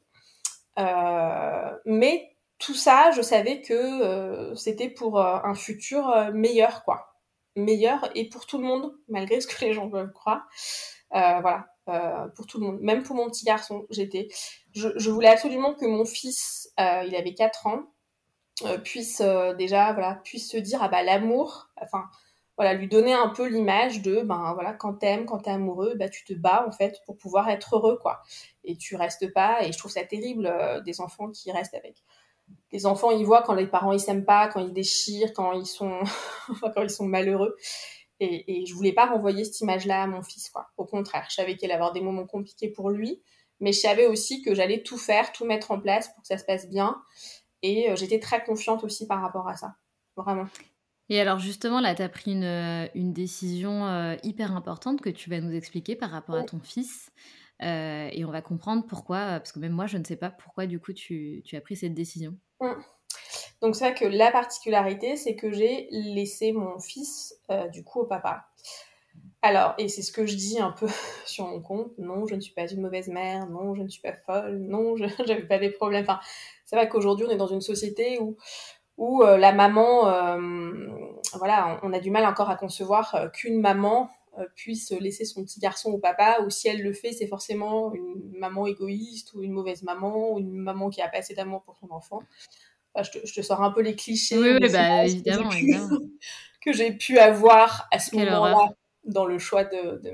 Mais tout ça, je savais que c'était pour un futur meilleur, quoi. Meilleur et pour tout le monde, malgré ce que les gens peuvent croire. Voilà, pour tout le monde. Même pour mon petit garçon, je voulais absolument que mon fils, il avait 4 ans, puisse déjà, voilà, puisse se dire, ah bah l'amour, enfin, voilà, lui donner un peu l'image de, ben voilà, quand t'es amoureux, bah tu te bats en fait pour pouvoir être heureux, quoi. Et tu restes pas, et je trouve ça terrible, des enfants qui restent avec. Les enfants, ils voient quand les parents ils s'aiment pas, quand ils déchirent, quand ils sont, quand ils sont malheureux. Et je voulais pas renvoyer cette image-là à mon fils, quoi. Au contraire, je savais qu'il allait avoir des moments compliqués pour lui, mais je savais aussi que j'allais tout faire, tout mettre en place pour que ça se passe bien. Et j'étais très confiante aussi par rapport à ça. Vraiment. Et alors justement, là, tu as pris une décision, hyper importante que tu vas nous expliquer par rapport à Ouais. ton fils, et on va comprendre pourquoi, parce que même moi, je ne sais pas pourquoi du coup tu as pris cette décision. Mmh. Donc c'est vrai que la particularité, c'est que j'ai laissé mon fils, du coup, au papa. Alors, et c'est ce que je dis un peu sur mon compte, non, je ne suis pas une mauvaise mère, non, je ne suis pas folle, non, je j'avais pas des problèmes. Enfin, c'est vrai qu'aujourd'hui, on est dans une société où la maman, voilà, on a du mal encore à concevoir qu'une maman puisse laisser son petit garçon au papa, ou si elle le fait, c'est forcément une maman égoïste ou une mauvaise maman, ou une maman qui a pas assez d'amour pour son enfant. Enfin, je te sors un peu les clichés Oui, ou oui, les bah, images évidemment, évidemment. que j'ai pu avoir à ce Quelle moment-là horreur. dans le choix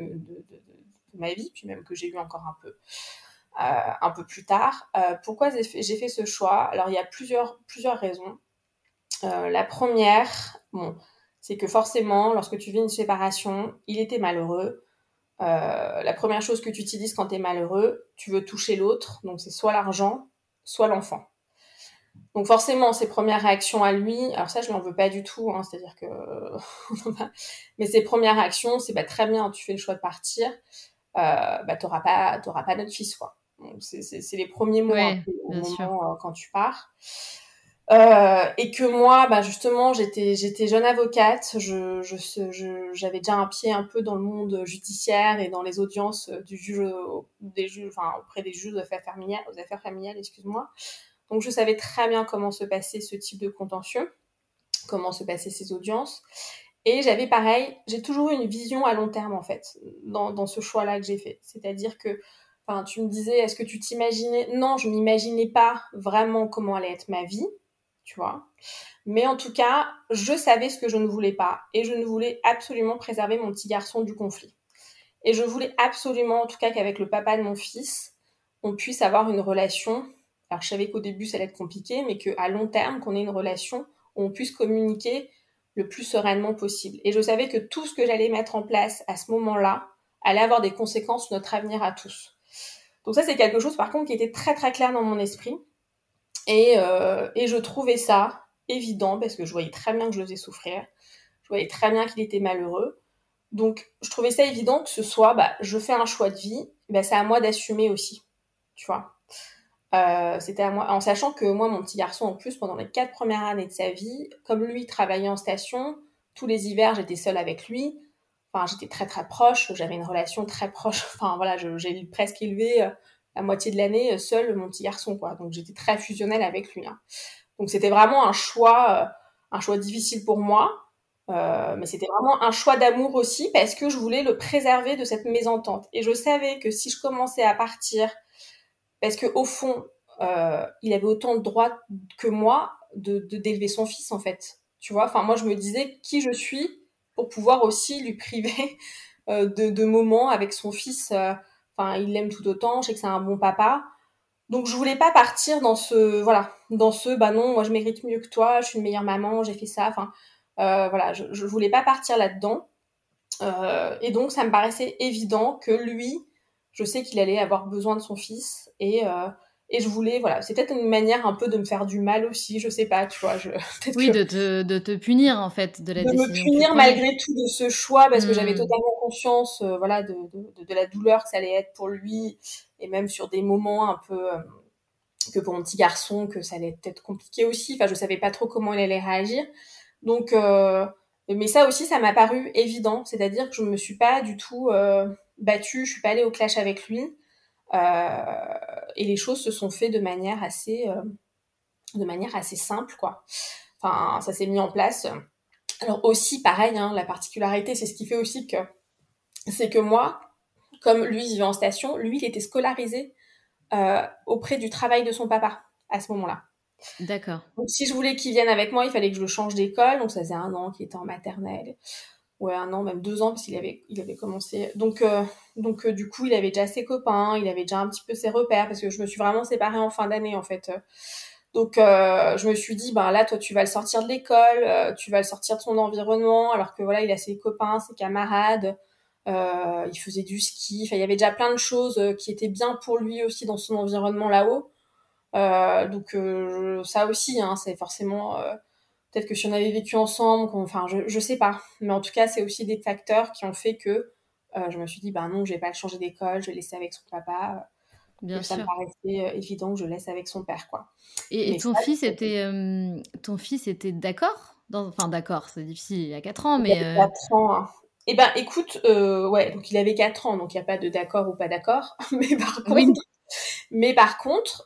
de ma vie, puis même que j'ai eu encore un peu plus tard. Pourquoi j'ai fait ce choix? Alors, il y a plusieurs raisons. La première, bon, c'est que forcément, lorsque tu vis une séparation, il était malheureux. La première chose que tu utilises quand tu es malheureux, tu veux toucher l'autre, donc c'est soit l'argent, soit l'enfant. Donc forcément, ses premières réactions à lui, alors ça je n'en veux pas du tout, hein, c'est-à-dire que, mais ses premières réactions, c'est bah très bien, tu fais le choix de partir, bah t'auras pas notre fils, quoi. Donc c'est les premiers mots un Ouais, peu au bien sûr. moment quand tu pars. Et que moi, bah justement, j'étais jeune avocate, j'avais déjà un pied un peu dans le monde judiciaire et dans les audiences du juge, des juges, enfin auprès des juges aux affaires familiales, excuse-moi. Donc je savais très bien comment se passait ce type de contentieux, comment se passaient ces audiences. Et j'avais pareil, j'ai toujours eu une vision à long terme en fait, dans ce choix-là que j'ai fait. C'est-à-dire que, enfin, tu me disais, est-ce que tu t'imaginais? Non, je m'imaginais pas vraiment comment allait être ma vie, tu vois. Mais en tout cas, je savais ce que je ne voulais pas. Et je ne voulais absolument préserver mon petit garçon du conflit. Et je voulais absolument, en tout cas, qu'avec le papa de mon fils, on puisse avoir une relation. Alors, je savais qu'au début, ça allait être compliqué, mais qu'à long terme, qu'on ait une relation où on puisse communiquer le plus sereinement possible. Et je savais que tout ce que j'allais mettre en place à ce moment-là allait avoir des conséquences sur notre avenir à tous. Donc ça, c'est quelque chose, par contre, qui était très très clair dans mon esprit. Et je trouvais ça évident, parce que je voyais très bien que je le faisais souffrir. Je voyais très bien qu'il était malheureux. Donc, je trouvais ça évident que ce soit, bah, je fais un choix de vie, bah, c'est à moi d'assumer aussi, tu vois. C'était à moi, en sachant que moi, mon petit garçon, en plus, pendant les 4 premières années de sa vie, comme lui travaillait en station, tous les hivers, j'étais seule avec lui. Enfin, j'étais très très proche, j'avais une relation très proche. Enfin, voilà, j'ai presque élevé la moitié de l'année seul mon petit garçon, quoi. Donc j'étais très fusionnelle avec lui, hein. Donc c'était vraiment un choix difficile pour moi, mais c'était vraiment un choix d'amour aussi parce que je voulais le préserver de cette mésentente. Et je savais que si je commençais à partir, parce que au fond, il avait autant de droits que moi d'élever son fils en fait. Tu vois, enfin moi je me disais qui je suis pour pouvoir aussi lui priver de moments avec son fils. Enfin, il l'aime tout autant. Je sais que c'est un bon papa. Donc je voulais pas partir dans ce voilà, dans ce bah non, moi je mérite mieux que toi, je suis une meilleure maman, j'ai fait ça. Enfin voilà, je voulais pas partir là-dedans. Et donc ça me paraissait évident que lui, je sais qu'il allait avoir besoin de son fils et je voulais voilà, c'est peut-être une manière un peu de me faire du mal aussi, je sais pas, tu vois, peut-être Oui, que de te punir, en fait, de la de me décision que tu punir prenais. malgré tout de ce choix parce que j'avais Mmh. totalement conscience voilà de la douleur que ça allait être pour lui et même sur des moments un peu que pour mon petit garçon que ça allait être compliqué aussi, enfin je savais pas trop comment il allait réagir. Donc mais ça aussi ça m'a paru évident, c'est-à-dire que je me suis pas du tout battue, je suis pas allée au clash avec lui. Et les choses se sont faites de manière assez simple quoi. Enfin ça s'est mis en place. Alors aussi, pareil, hein, la particularité, c'est ce qui fait aussi que c'est que moi, comme lui vivait en station, lui, il était scolarisé auprès du travail de son papa à ce moment-là. D'accord. Donc si je voulais qu'il vienne avec moi, il fallait que je le change d'école. Donc ça faisait 1 an qu'il était en maternelle. Ouais, 1 an, même 2 ans, parce qu'il avait commencé. Donc du coup, il avait déjà ses copains, il avait déjà un petit peu ses repères, parce que je me suis vraiment séparée en fin d'année, en fait. Donc je me suis dit, ben là, toi, tu vas le sortir de l'école, tu vas le sortir de son environnement, alors que voilà, il a ses copains, ses camarades, il faisait du ski, enfin, il y avait déjà plein de choses qui étaient bien pour lui aussi dans son environnement là-haut. Donc ça aussi, hein, c'est forcément peut-être que si on avait vécu ensemble, enfin je sais pas, mais en tout cas c'est aussi des facteurs qui ont fait que je me suis dit bah non, je vais pas le changer d'école, je vais le laisser avec son papa, que Bien ça me sûr. paraissait évident que je le laisse avec son père quoi. Et Mais ça, ton fils était d'accord? Enfin d'accord, c'est difficile, il a 4 ans, il mais avait 4 ans. Hein. Eh ben écoute, ouais, donc il avait 4 ans, donc il n'y a pas de d'accord ou pas d'accord. oui, Mais par contre,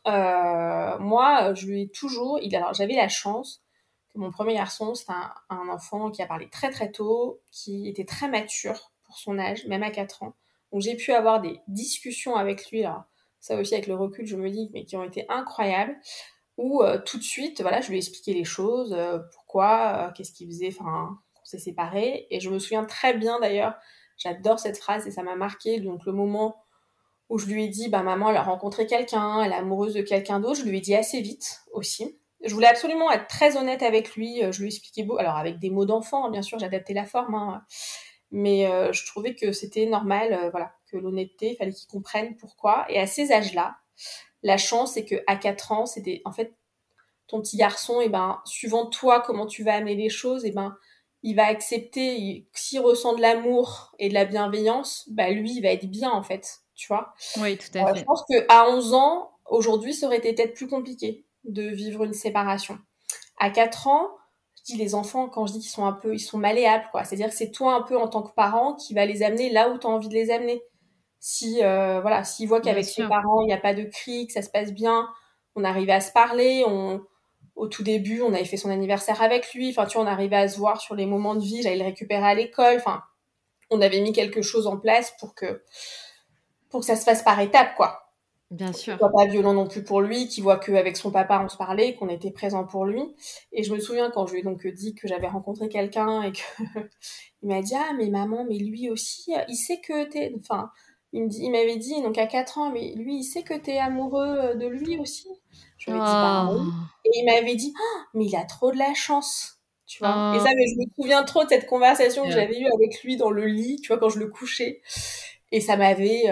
moi, je lui ai toujours. Alors, j'avais la chance que mon premier garçon, c'était un enfant qui a parlé très très tôt, qui était très mature pour son âge, même à 4 ans. Donc, j'ai pu avoir des discussions avec lui. Alors, ça aussi, avec le recul, je me dis, mais qui ont été incroyables. Où tout de suite, voilà, je lui ai expliqué les choses, pourquoi, qu'est-ce qu'il faisait, enfin, on s'est séparés. Et je me souviens très bien d'ailleurs, j'adore cette phrase et ça m'a marqué. Donc, le moment où je lui ai dit, bah maman, elle a rencontré quelqu'un, elle est amoureuse de quelqu'un d'autre. Je lui ai dit assez vite aussi. Je voulais absolument être très honnête avec lui. Je lui expliquais beau, alors avec des mots d'enfant, hein, bien sûr, j'adaptais la forme, hein, mais je trouvais que c'était normal, voilà, que l'honnêteté, il fallait qu'il comprenne pourquoi. Et à ces âges-là, la chance, c'est que à 4 ans, c'était en fait ton petit garçon, et ben suivant toi comment tu vas amener les choses, et ben il va accepter. S'il ressent de l'amour et de la bienveillance, bah lui, il va être bien en fait, tu vois. oui, tout à Je fait. pense qu'à 11 ans, aujourd'hui, ça aurait été peut-être plus compliqué de vivre une séparation. À 4 ans, je dis les enfants, quand je dis qu'ils sont un peu, ils sont malléables, quoi. C'est-à-dire que c'est toi un peu en tant que parent qui va les amener là où tu as envie de les amener. Si, voilà, s'ils voient Bien qu'avec ses sûr. parents, il n'y a pas de cris, que ça se passe bien, on arrivait à se parler, au tout début, on avait fait son anniversaire avec lui, enfin, tu vois, on arrivait à se voir sur les moments de vie, j'allais le récupérer à l'école, enfin, on avait mis quelque chose en place pour que ça se fasse par étapes, quoi. Bien Que ce sûr. soit pas violent non plus pour lui, qu'il voit qu'avec son papa on se parlait, qu'on était présent pour lui. Et je me souviens quand je lui ai donc dit que j'avais rencontré quelqu'un et que il m'a dit ah mais maman mais lui aussi il sait que t'es enfin il m'avait dit donc à 4 ans mais lui il sait que t'es amoureux de lui aussi. Je lui avais dit bah oui. Oh! Et il m'avait dit ah mais il a trop de la chance. Tu vois. Et Oh! ça mais je me souviens trop de cette conversation que Heu, j'avais eue avec lui dans le lit, tu vois quand je le couchais. Et ça m'avait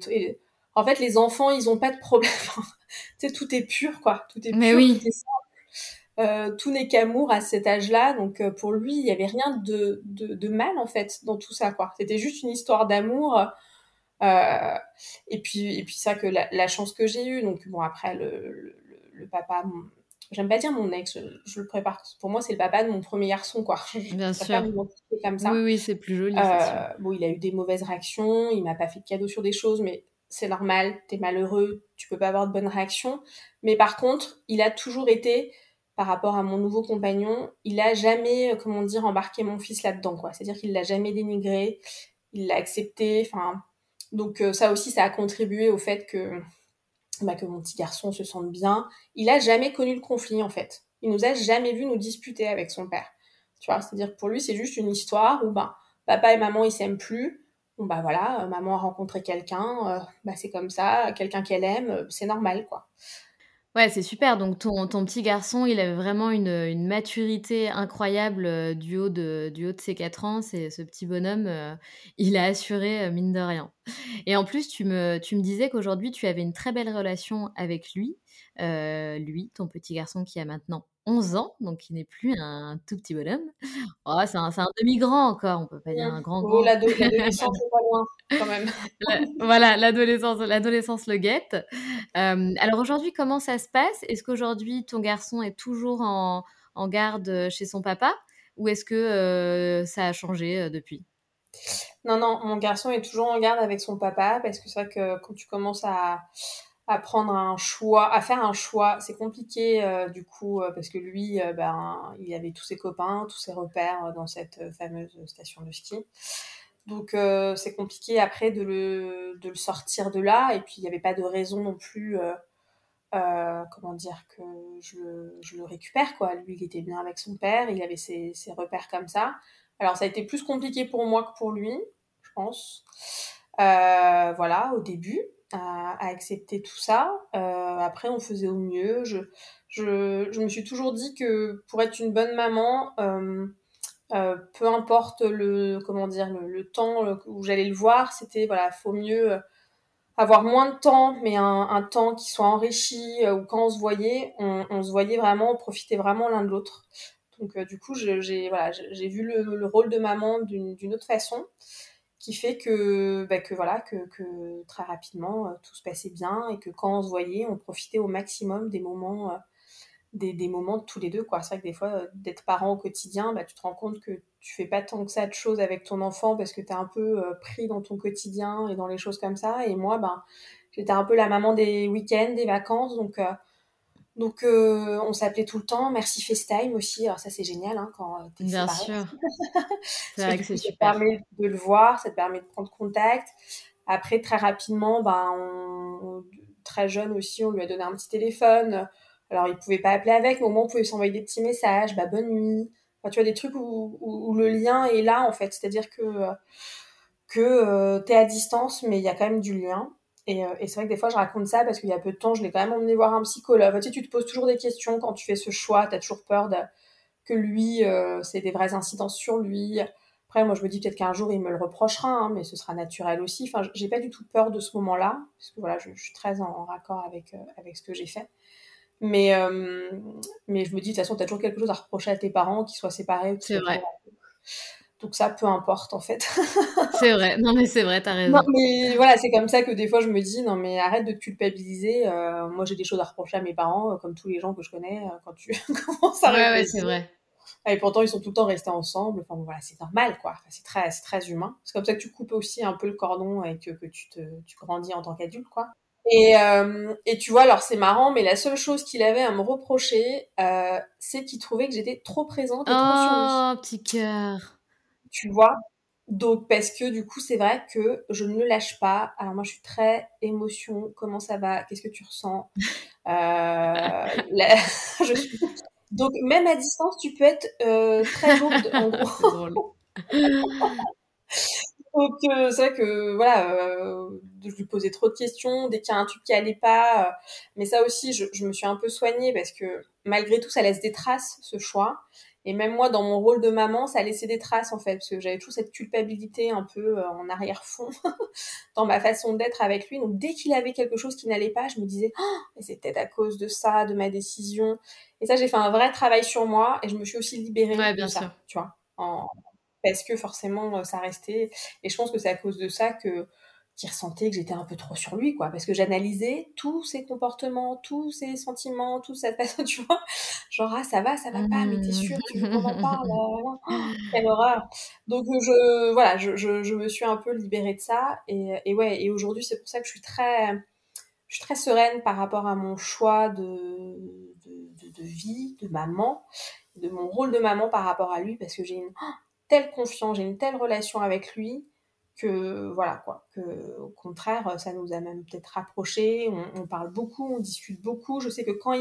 en fait les enfants ils ont pas de problème. Tu sais tout est pur quoi, tout est mais pur, tout oui. est tout n'est qu'amour à cet âge-là, donc pour lui, il y avait rien de mal en fait dans tout ça, quoi. C'était juste une histoire d'amour. Et puis ça que la chance que j'ai eue. Donc bon après le papa, j'aime pas dire mon ex, je le prépare. Pour moi c'est le papa de mon premier garçon, quoi. Bien Je préfère sûr. l'identifier comme Oui, ça. oui, c'est plus joli, c'est sûr. Bon, il a eu des mauvaises réactions, il m'a pas fait de cadeaux sur des choses, mais c'est normal, t'es malheureux, tu peux pas avoir de bonnes réactions. Mais par contre, il a toujours été, par rapport à mon nouveau compagnon, il a jamais, comment dire, embarqué mon fils là-dedans, quoi. C'est-à-dire qu'il l'a jamais dénigré, il l'a accepté, enfin. Donc ça aussi, ça a contribué au fait que mon petit garçon se sente bien. Il a jamais connu le conflit, en fait. Il nous a jamais vu nous disputer avec son père. Tu vois, c'est-à-dire que pour lui, c'est juste une histoire où, ben, papa et maman, ils s'aiment plus. Bon, bah voilà, maman a rencontré quelqu'un, bah c'est comme ça, quelqu'un qu'elle aime, c'est normal, quoi. Ouais, c'est super. Donc ton petit garçon, il avait vraiment une maturité incroyable, du haut de ses 4 ans. C'est ce petit bonhomme, il a assuré, mine de rien. Et en plus, tu me disais qu'aujourd'hui, tu avais une très belle relation avec lui. Lui, ton petit garçon qui a maintenant 11 ans, donc il n'est plus un tout petit bonhomme. Oh, c'est un demi-grand encore, on peut pas dire un grand Oh, grand. l'adolescence est pas loin, quand même. Voilà, l'adolescence le guette. Alors aujourd'hui, comment ça se passe? Est-ce qu'aujourd'hui, ton garçon est toujours en garde, chez son papa? Ou est-ce que, ça a changé, depuis? Non, non, mon garçon est toujours en garde avec son papa parce que c'est vrai que quand tu commences à prendre un choix, à faire un choix, c'est compliqué du coup parce que lui, ben, il avait tous ses copains, tous ses repères dans cette fameuse station de ski. Donc c'est compliqué après de le sortir de là et puis il n'y avait pas de raison non plus, comment dire, que je le récupère quoi. Lui, il était bien avec son père, il avait ses repères comme ça. Alors ça a été plus compliqué pour moi que pour lui, je pense. Voilà, au début, à accepter tout ça. Après, on faisait au mieux. Je me suis toujours dit que pour être une bonne maman, peu importe comment dire, le temps où j'allais le voir, c'était, voilà, faut mieux avoir moins de temps, mais un temps qui soit enrichi, où quand on se voyait, on se voyait vraiment, on profitait vraiment l'un de l'autre. Donc du coup, voilà, j'ai vu le rôle de maman d'une autre façon qui fait que voilà que très rapidement tout se passait bien et que quand on se voyait on profitait au maximum des moments des moments de tous les deux quoi. C'est vrai que des fois d'être parent au quotidien, bah tu te rends compte que tu fais pas tant que ça de choses avec ton enfant parce que tu es un peu pris dans ton quotidien et dans les choses comme ça et moi ben j'étais un peu la maman des week-ends, des vacances donc on s'appelait tout le temps, merci FaceTime aussi. Alors ça c'est génial hein, quand t'es Bien séparés. sûr, c'est Parce que vrai du que coup, c'est ça te super. permet de le voir, ça te permet de prendre contact. Après, très rapidement, ben, très jeune aussi, on lui a donné un petit téléphone. Alors, il pouvait pas appeler avec, mais au moins, on pouvait s'envoyer des petits messages, bah, bonne nuit. Enfin, tu vois, des trucs où le lien est là, en fait. C'est-à-dire que t'es à distance, mais il y a quand même du lien. Et c'est vrai que des fois, je raconte ça parce qu'il y a peu de temps, je l'ai quand même emmené voir un psychologue. Tu sais, tu te poses toujours des questions quand tu fais ce choix. Tu as toujours peur que lui, c'est des vraies incidences sur lui. Après, moi, je me dis peut-être qu'un jour, il me le reprochera, hein, mais ce sera naturel aussi. Enfin, j'ai pas du tout peur de ce moment-là, parce que voilà, je suis très en raccord avec ce que j'ai fait. Mais, euh, mais je me dis, de toute façon, t'as toujours quelque chose à reprocher à tes parents, qu'ils soient séparés ou qu'ils C'est soient vrai, toujours. Donc ça, peu importe, en fait. c'est vrai. Non, mais c'est vrai, tu as Non, raison. mais voilà, c'est comme ça que des fois, je me dis, non, mais arrête de te culpabiliser. Moi, j'ai des choses à reprocher à mes parents, comme tous les gens que je connais, quand tu commences à Ouais, ouais, c'est réfléchir. vrai. Ah, et pourtant, ils sont tout le temps restés ensemble. Enfin, bon, voilà, c'est normal, quoi. Enfin, c'est très humain. C'est comme ça que tu coupes aussi un peu le cordon et que tu grandis en tant qu'adulte, quoi. Et tu vois, alors c'est marrant, mais la seule chose qu'il avait à me reprocher, c'est qu'il trouvait que j'étais trop présente et trop sur lui. Oh, petit cœur. Tu vois? Donc, parce que du coup, c'est vrai que je ne le lâche pas. Alors moi, je suis très émotion. Comment ça va? Qu'est-ce que tu ressens? Je suis. Donc, même à distance, tu peux être très lourde, en gros. C'est drôle. Donc, c'est vrai que, voilà, je lui posais trop de questions, dès qu'il y a un truc qui allait pas. Mais ça aussi, je me suis un peu soignée parce que malgré tout, ça laisse des traces, ce choix. Et même moi, dans mon rôle de maman, ça laissait des traces, en fait, parce que j'avais toujours cette culpabilité un peu en arrière-fond dans ma façon d'être avec lui. Donc, dès qu'il avait quelque chose qui n'allait pas, je me disais, oh, mais c'est peut-être à cause de ça, de ma décision. Et ça, j'ai fait un vrai travail sur moi et je me suis aussi libérée Ouais, de bien ça, sûr. tu vois, parce que forcément ça restait et je pense que c'est à cause de ça que qui ressentait que j'étais un peu trop sur lui, quoi, parce que j'analysais tous ses comportements, tous ses sentiments, toute sa façon, tu vois, genre ah ça va pas, mais t'es Mmh. sûr, tu veux qu'on en parle, quelle horreur. Donc je voilà, je me suis un peu libérée de ça et ouais et aujourd'hui c'est pour ça que je suis très sereine par rapport à mon choix de vie, de maman, de mon rôle de maman par rapport à lui, parce que j'ai une telle confiance, j'ai une telle relation avec lui que voilà quoi, que au contraire, ça nous a même peut-être rapprochés. On parle beaucoup, on discute beaucoup. Je sais que quand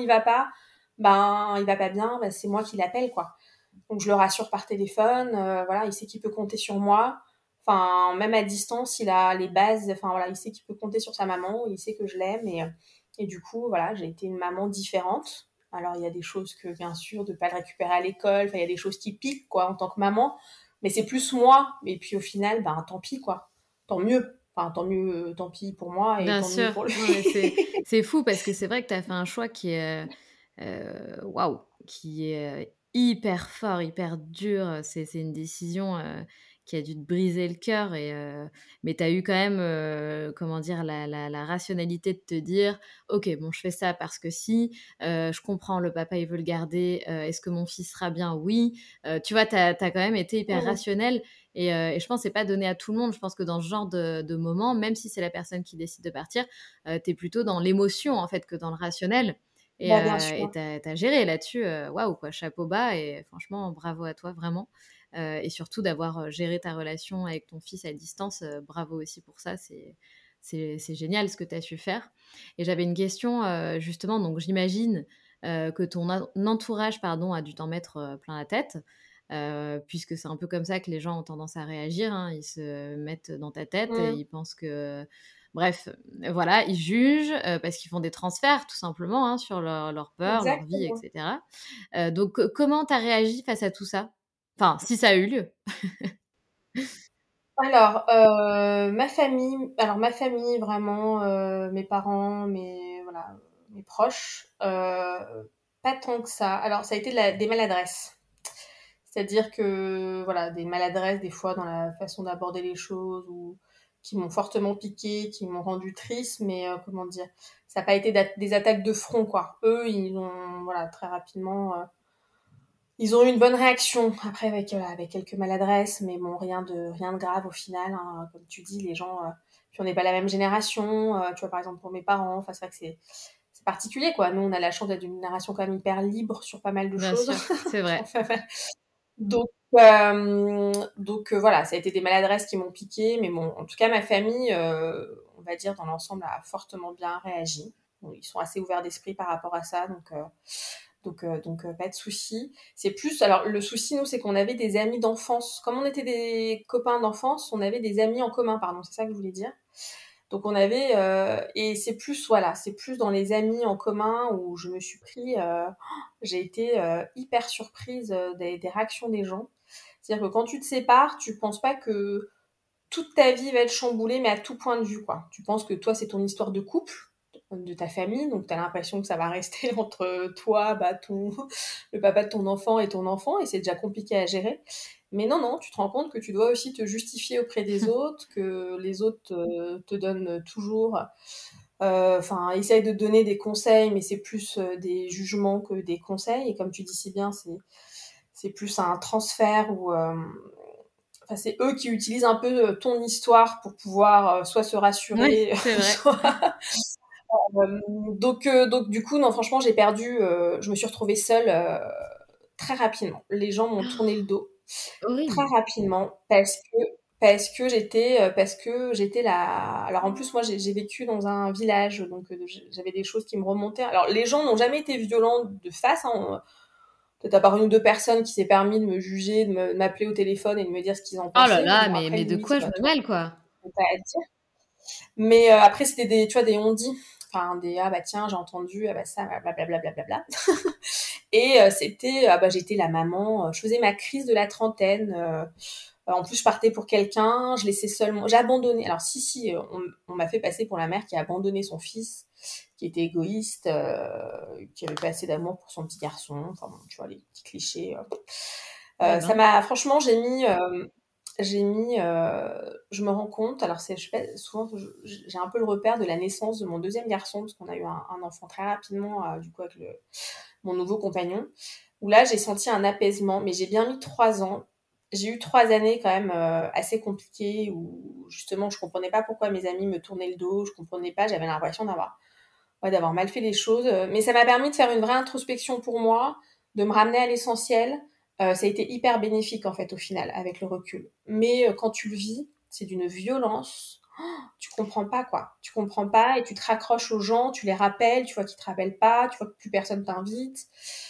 il va pas bien, ben, c'est moi qui l'appelle quoi. Donc je le rassure par téléphone, voilà, il sait qu'il peut compter sur moi. Enfin, même à distance, il a les bases. Enfin voilà, il sait qu'il peut compter sur sa maman, il sait que je l'aime et du coup voilà, j'ai été une maman différente. Alors il y a des choses que bien sûr de pas le récupérer à l'école, enfin il y a des choses qui piquent quoi en tant que maman, mais c'est plus moi. Et puis au final, ben tant pis quoi, tant mieux. Enfin tant mieux, tant pis pour moi et Bien tant mieux sûr. pour lui. Non, mais c'est fou parce que c'est vrai que tu as fait un choix qui est, waouh, qui est, hyper fort, hyper dur. C'est une décision, qui a dû te briser le cœur mais tu as eu quand même, comment dire? La rationalité de te dire: «OK, bon, je fais ça parce que si, je comprends, le papa, il veut le garder, est-ce que mon fils sera bien? Oui». Tu vois? Tu as quand même été hyper Mmh. rationnel et je pense que c'est pas donné à tout le monde. Je pense que dans ce genre de moment, même si c'est la personne qui décide de partir, tu es plutôt dans l'émotion, en fait, que dans le rationnel Bah bien et sûr. tu as géré là-dessus, waouh, quoi, chapeau bas et franchement bravo à toi, vraiment, et surtout d'avoir, géré ta relation avec ton fils à distance, bravo aussi pour ça, c'est génial ce que tu as su faire et j'avais une question, justement, donc j'imagine, que ton entourage, pardon, a dû t'en mettre, plein la tête. Puisque c'est un peu comme ça que les gens ont tendance à réagir, hein. Ils se mettent dans ta tête et Mmh. ils pensent que bref, voilà, ils jugent, parce qu'ils font des transferts tout simplement, hein, sur leur peur, leur vie et Exactement. cetera. Donc comment tu as réagi face à tout ça? Enfin, si ça a eu lieu? Alors, ma famille vraiment, mes parents, voilà, mes proches, pas tant que ça. Alors ça a été des maladresses. C'est-à-dire que, voilà, des maladresses des fois dans la façon d'aborder les choses ou qui m'ont fortement piquée, qui m'ont rendue triste, mais comment dire? Ça a pas été des attaques de front, quoi. Eux, ils ont voilà, très rapidement, ils ont eu une bonne réaction. Après, avec quelques maladresses, mais bon, rien de grave au final, hein. Comme tu dis, les gens, puis on n'est pas la même génération. Tu vois, par exemple, pour mes parents, enfin, c'est vrai que c'est particulier, quoi. Nous, on a la chance d'être d'une génération quand même hyper libre sur pas mal de Bien choses. sûr, c'est vrai. Enfin, donc, voilà, ça a été des maladresses qui m'ont piqué, mais bon, en tout cas, ma famille, on va dire dans l'ensemble, a fortement bien réagi. Bon, ils sont assez ouverts d'esprit par rapport à ça, pas de souci. C'est plus, alors le souci, nous, c'est qu'on avait des amis d'enfance. Comme on était des copains d'enfance, on avait des amis en commun, pardon, c'est ça que je voulais dire. Donc on avait, et c'est plus, voilà, c'est plus dans les amis en commun où je me suis pris, j'ai été hyper surprise des réactions des gens. C'est-à-dire que quand tu te sépares, tu penses pas que toute ta vie va être chamboulée, mais à tout point de vue, quoi. Tu penses que toi, c'est ton histoire de couple, de ta famille, donc tu as l'impression que ça va rester entre toi, bah, le papa de ton enfant et ton enfant, et c'est déjà compliqué à gérer. Mais non, non, tu te rends compte que tu dois aussi te justifier auprès des autres, que les autres te donnent toujours, enfin, essayent de te donner des conseils, mais c'est plus des jugements que des conseils. Et comme tu dis si bien, c'est plus un transfert où enfin, c'est eux qui utilisent un peu ton histoire pour pouvoir soit se Oui, rassurer, c'est vrai. soit donc du coup non franchement j'ai perdu, je me suis retrouvée seule très rapidement. Les gens m'ont tourné le dos très Horrible. rapidement parce que j'étais la alors en plus moi j'ai vécu dans un village donc j'avais des choses qui me remontaient. Alors les gens n'ont jamais été violents de face, hein, peut-être à part une ou deux personnes qui s'est permis de me juger, de m'appeler au téléphone et de me dire ce qu'ils en Oh là pensaient. Mais là, bon, après, mais de limite, quoi je bah, me toi, mêle, quoi? faut pas à dire. Mais après, c'était tu vois, des on-dit. Enfin, ah bah tiens, j'ai entendu, ah bah ça, blablabla. Et ah bah j'étais la maman, je faisais ma crise de la trentaine. En plus, je partais pour quelqu'un, je laissais seulement, j'ai abandonné. Alors si, on m'a fait passer pour la mère qui a abandonné son fils, qui était égoïste, qui avait pas assez d'amour pour son petit garçon. Enfin bon, tu vois les petits clichés. Eh Ça ben. m'a, franchement, j'ai mis, je me rends compte, alors je sais pas, souvent j'ai un peu le repère de la naissance de mon deuxième garçon, parce qu'on a eu un enfant très rapidement, du coup, avec mon nouveau compagnon, où là, j'ai senti un apaisement, mais j'ai bien mis 3 ans. J'ai eu 3 années quand même assez compliquées, où justement, je comprenais pas pourquoi mes amis me tournaient le dos, je comprenais pas, j'avais l'impression d'avoir mal fait les choses. Mais ça m'a permis de faire une vraie introspection pour moi, de me ramener à l'essentiel. Ça a été hyper bénéfique en fait au final, avec le recul. Mais quand tu le vis, c'est d'une violence. Tu comprends pas quoi. Tu comprends pas et tu te raccroches aux gens, tu les rappelles, tu vois qu'ils te rappellent pas, tu vois que plus personne t'invite.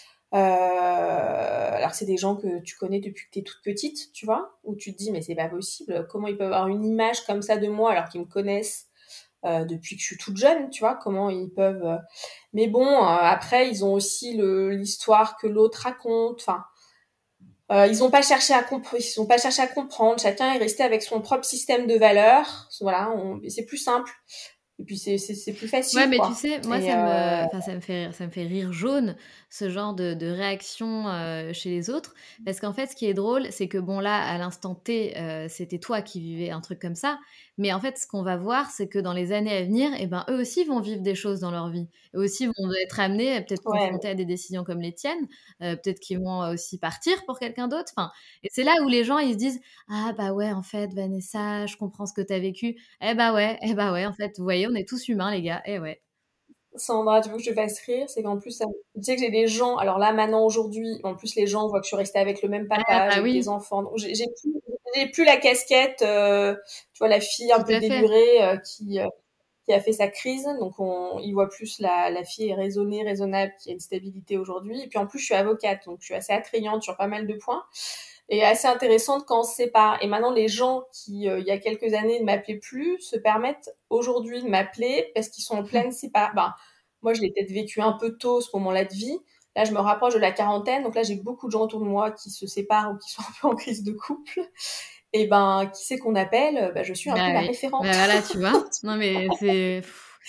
Alors c'est des gens que tu connais depuis que t'es toute petite, tu vois, où tu te dis mais c'est pas possible, comment ils peuvent avoir une image comme ça de moi alors qu'ils me connaissent depuis que je suis toute jeune, tu vois, comment ils peuvent. Mais bon, après, ils ont aussi l'histoire que l'autre raconte. Enfin, ils n'ont pas cherché à ils ont pas cherché à comprendre. Chacun est resté avec son propre système de valeurs. Voilà, c'est plus simple. Et puis c'est plus Ouais, facile, mais tu quoi. sais, moi, Et enfin, ça me fait rire jaune, ce genre de réaction, chez les autres. Parce qu'en fait, ce qui est drôle, c'est que bon, là, à l'instant T, c'était toi qui vivais un truc comme ça. Mais en fait, ce qu'on va voir, c'est que dans les années à venir, eh ben, eux aussi vont vivre des choses dans leur vie. Eux aussi vont être amenés, peut-être ouais, confrontés à des décisions comme les tiennes. Peut-être qu'ils vont aussi partir pour quelqu'un d'autre. Enfin, et c'est là où les gens, ils se disent: «Ah bah ouais, en fait, Vanessa, je comprends ce que tu as vécu». Eh bah ouais, en fait, vous voyez, on est tous humains, les gars. Eh ouais. Sandra, tu veux que je te fasse rire? C'est qu'en plus, tu sais que j'ai des gens. Alors là, maintenant, aujourd'hui, en plus, les gens voient que je suis restée avec le même Ah papa, bah j'ai eu des oui, enfants. Donc, j'ai plus la casquette, tu vois, la fille un tout peu à fait. délurée qui a fait sa crise. Donc, il voit plus la fille raisonnée, raisonnable, qui a une stabilité aujourd'hui. Et puis, en plus, je suis avocate, donc je suis assez attrayante sur pas mal de points et assez intéressante quand on se sépare. Et maintenant, les gens qui, il y a quelques années, ne m'appelaient plus, se permettent aujourd'hui de m'appeler parce qu'ils sont en pleine séparation. Ben, moi, je l'ai peut-être vécu un peu tôt, ce moment-là de vie. Là, je me rapproche de la quarantaine, donc là, j'ai beaucoup de gens autour de moi qui se séparent ou qui sont un peu en crise de couple. Et ben, qui c'est qu'on appelle? Ben, je suis un peu Bah la oui. Bah référente. voilà, tu vois? Non mais c'est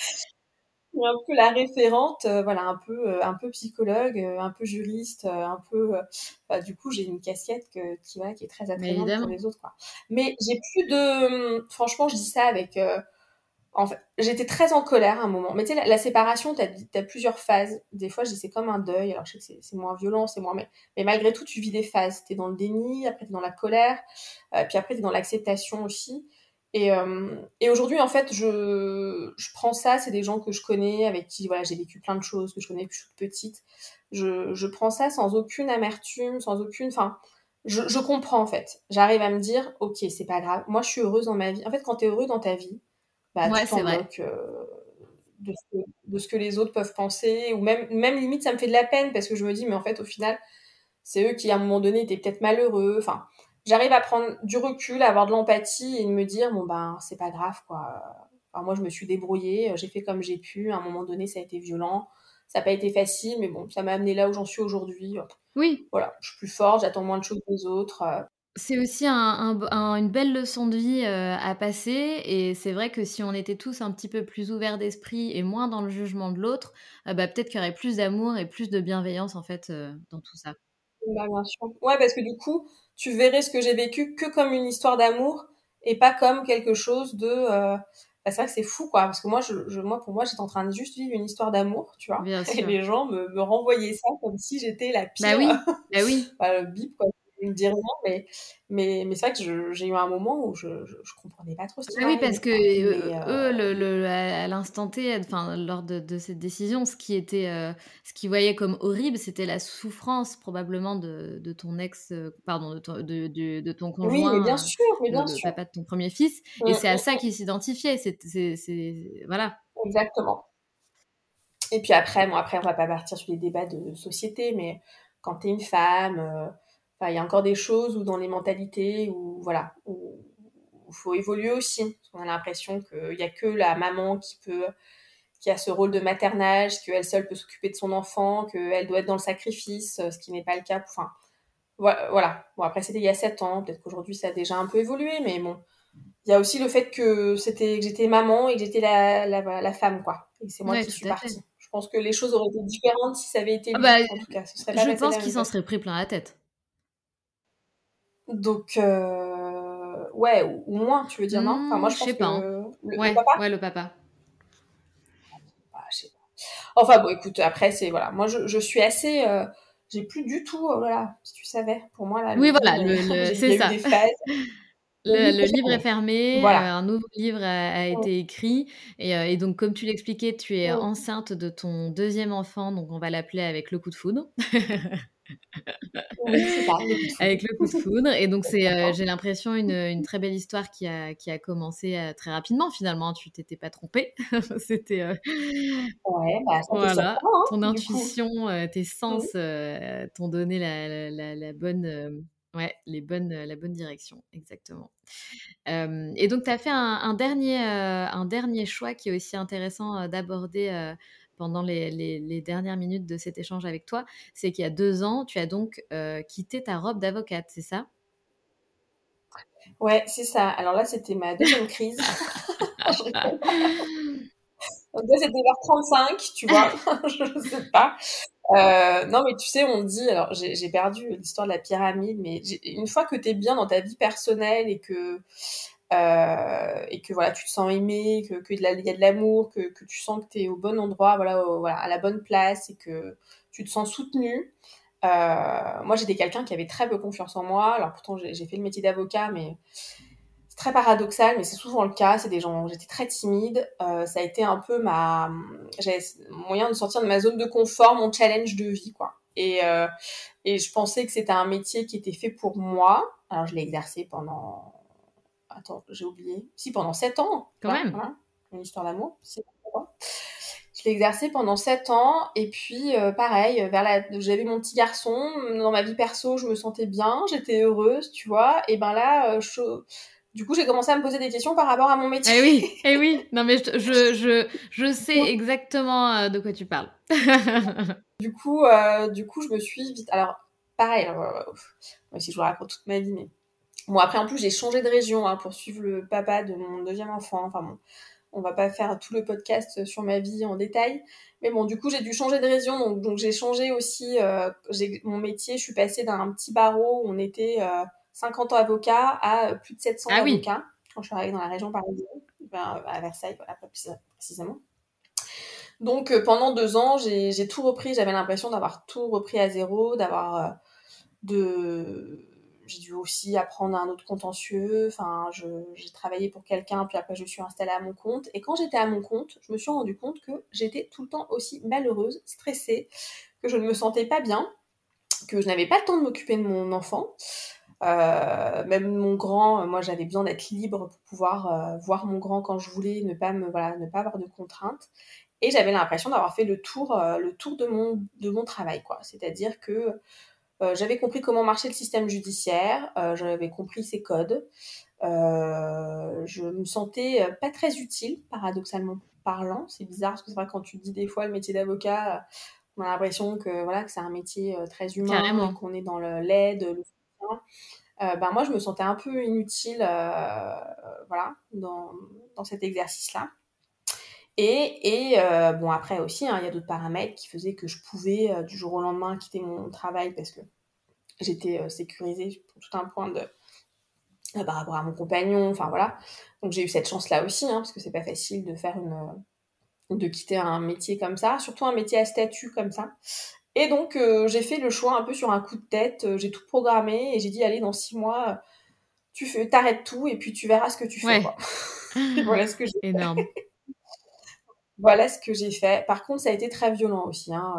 Un peu la référente, voilà, un peu psychologue, un peu juriste, un peu. Bah, du coup, j'ai une casquette voilà, qui est très mais attrayante pour évidemment. les autres, quoi. Mais j'ai plus de. Franchement, je dis ça avec. En fait, j'étais très en colère à un moment. Mais tu sais, la séparation, t'as plusieurs phases. Des fois, je dis c'est comme un deuil. Alors, je sais que c'est moins violent, c'est moins. Mais malgré tout, tu vis des phases. T'es dans le déni, après t'es dans la colère, puis après t'es dans l'acceptation aussi. Et aujourd'hui, en fait, je prends ça. C'est des gens que je connais, avec qui voilà, j'ai vécu plein de choses, que je connais depuis que je suis toute petite. Je prends ça sans aucune amertume, sans aucune. Enfin, je comprends en fait. J'arrive à me dire, ok, c'est pas grave. Moi, je suis heureuse dans ma vie. En fait, quand t'es heureux dans ta vie, bah, tu Ouais, t'en c'est vrai. moques de ce que les autres peuvent penser, ou même limite, ça me fait de la peine parce que je me dis, mais en fait, au final, c'est eux qui, à un moment donné, étaient peut-être malheureux. Enfin, j'arrive à prendre du recul, à avoir de l'empathie et de me dire, bon, ben, c'est pas grave, quoi. Enfin, moi, je me suis débrouillée, j'ai fait comme j'ai pu. À un moment donné, ça a été violent. Ça n'a pas été facile, mais bon, ça m'a amené là où j'en suis aujourd'hui. Oui, Voilà, je suis plus forte, j'attends moins de choses des autres. c'est aussi une belle leçon de vie, à passer et c'est vrai que si on était tous un petit peu plus ouverts d'esprit et moins dans le jugement de l'autre, bah, peut-être qu'il y aurait plus d'amour et plus de bienveillance, en fait, dans tout ça. Bah, bien sûr. Ouais, parce que du coup, tu verrais ce que j'ai vécu que comme une histoire d'amour et pas comme quelque chose de. Bah, c'est vrai que c'est fou, quoi. Parce que moi, pour moi, j'étais en train de juste vivre une histoire d'amour, tu vois. Bien Et sûr. les gens me renvoyaient ça comme si j'étais la Bah pire. oui, bah oui. Bah, bip, quoi. Je ne dis rien, mais c'est vrai que j'ai eu un moment où je comprenais pas trop ce qui Bah oui, parce m'arrivait, que, quoi. Mais eux, à l'instant T, enfin, lors de cette décision, ce qu'ils voyaient comme horrible, c'était la souffrance probablement de ton ex, pardon, de ton oui, conjoint, mais bien le sûr. papa de ton premier fils et c'est à ça qu'ils s'identifiaient. C'est voilà. Exactement. Et puis après, bon, après, on va pas partir sur les débats de société, mais quand t'es une femme, enfin, il y a encore des choses où dans les mentalités, où voilà, où faut évoluer aussi. Parce qu'on a l'impression qu'il y a que la maman qui a ce rôle de maternage, qu'elle seule peut s'occuper de son enfant, qu'elle doit être dans le sacrifice, ce qui n'est pas le cas. Enfin, voilà. Bon, après, c'était il y a 7 ans. Peut-être qu'aujourd'hui, ça a déjà un peu évolué, mais bon. Il y a aussi le fait que j'étais maman et que j'étais la femme, quoi. Et c'est moi Ouais, qui tout suis à fait. partie. Je pense que les choses auraient été différentes si ça avait été Ah bah, lui, en tout cas. Ce serait pas je passé de pense la qu'ils même s'en façon. seraient pris plein la tête. Donc, ouais, ou moins, tu veux dire, non? Enfin, moi, je Je sais pense que pas, hein. le Ouais, papa? ouais, le papa. Ah, je sais pas. Enfin, bon, écoute, après, c'est, voilà. Moi, je suis assez, j'ai plus du tout, voilà, si tu savais. Pour moi, là, le Oui, voilà, livre, il c'est y a eu ça. des phases. Le livre Le est livre est fermé. fermé, Voilà. un nouveau livre a Mmh, été écrit et donc comme tu l'expliquais, tu es mmh. enceinte de ton deuxième enfant, donc on va l'appeler avec le coup de foudre. Oui, c'est ça, le coup de foudre. Avec le coup de foudre et donc c'est, Exactement. j'ai l'impression une très belle histoire qui a commencé, très rapidement finalement. Tu t'étais pas trompée. C'était, Ouais, bah, ça te voilà, surprend, hein, ton du coup. intuition, tes Mmh. sens, t'ont donné la bonne, ouais, la bonne direction, exactement. Hem et donc tu as fait un dernier choix qui est aussi intéressant, d'aborder, pendant les dernières minutes de cet échange avec toi. C'est qu'il y a 2 ans, tu as donc, quitté ta robe d'avocate, c'est ça? Ouais, c'est ça. Alors là, c'était ma deuxième crise. Je rigole. Donc là, c'était vers 35, tu vois? Je sais pas. Non, mais tu sais, on dit, alors j'ai perdu l'histoire de la pyramide, mais une fois que tu es bien dans ta vie personnelle et que voilà, tu te sens aimé, il y a de l'amour, que tu sens que tu es au bon endroit, voilà, voilà, à la bonne place et que tu te sens soutenu. Moi, j'étais quelqu'un qui avait très peu confiance en moi. Alors pourtant, j'ai fait le métier d'avocat, mais c'est très paradoxal, mais c'est souvent le cas. C'est des gens, j'étais très timide. Ça a été un peu j'avais mon moyen de sortir de ma zone de confort, mon challenge de vie, quoi. Et je pensais que c'était un métier qui était fait pour moi. Alors je l'ai exercé pendant, attends, j'ai oublié. Si, pendant 7 ans. Quand même. Voilà. Une histoire d'amour. Je l'ai exercé pendant 7 ans. Et puis, pareil, j'avais mon petit garçon. Dans ma vie perso, je me sentais bien. J'étais heureuse, tu vois. Et ben là, du coup, j'ai commencé à me poser des questions par rapport à mon métier. Eh oui, eh oui. Non, mais je sais exactement, de quoi tu parles. Du coup, je me suis vite. Alors, pareil, moi aussi, je vous raconte toute ma vie, mais. Bon, après, en plus, j'ai changé de région, hein, pour suivre le papa de mon deuxième enfant. Enfin bon, on va pas faire tout le podcast sur ma vie en détail. Mais bon, du coup, j'ai dû changer de région. Donc j'ai changé aussi mon métier. Je suis passée d'un petit barreau où on était 50 ans avocats à plus de 700 Ah oui. avocats quand je suis arrivée dans la région parisienne, ben, à Versailles, voilà, précisément. Donc pendant 2 ans, j'ai tout repris. J'avais l'impression d'avoir tout repris à zéro, de j'ai dû aussi apprendre un autre contentieux. Enfin, j'ai travaillé pour quelqu'un, puis après je suis installée à mon compte. Et quand j'étais à mon compte, je me suis rendu compte que j'étais tout le temps aussi malheureuse, stressée, que je ne me sentais pas bien, que je n'avais pas le temps de m'occuper de mon enfant. Même mon grand, moi j'avais besoin d'être libre pour pouvoir voir mon grand quand je voulais, ne pas avoir de contraintes. Et j'avais l'impression d'avoir fait le tour de mon travail, quoi. C'est-à-dire que j'avais compris comment marchait le système judiciaire, j'avais compris ses codes. Je me sentais pas très utile, paradoxalement parlant. C'est bizarre parce que c'est vrai quand tu dis des fois le métier d'avocat, on a l'impression que voilà que c'est un métier très humain et Carrément. qu'on est dans l'aide, le soutien. Ben moi je me sentais un peu inutile, voilà, dans cet exercice-là. Bon après aussi, hein, il y a d'autres paramètres qui faisaient que je pouvais du jour au lendemain quitter mon travail parce que j'étais sécurisée pour tout un point par rapport à mon compagnon, enfin voilà. Donc j'ai eu cette chance-là aussi, hein, parce que c'est pas facile de quitter un métier comme ça, surtout un métier à statut comme ça. Et donc j'ai fait le choix un peu sur un coup de tête, j'ai tout programmé et j'ai dit allez dans 6 mois, t'arrêtes tout et puis tu verras ce que tu fais Ouais. quoi. Et voilà ce que Énorme. j'ai fait. Par contre ça a été très violent aussi, hein.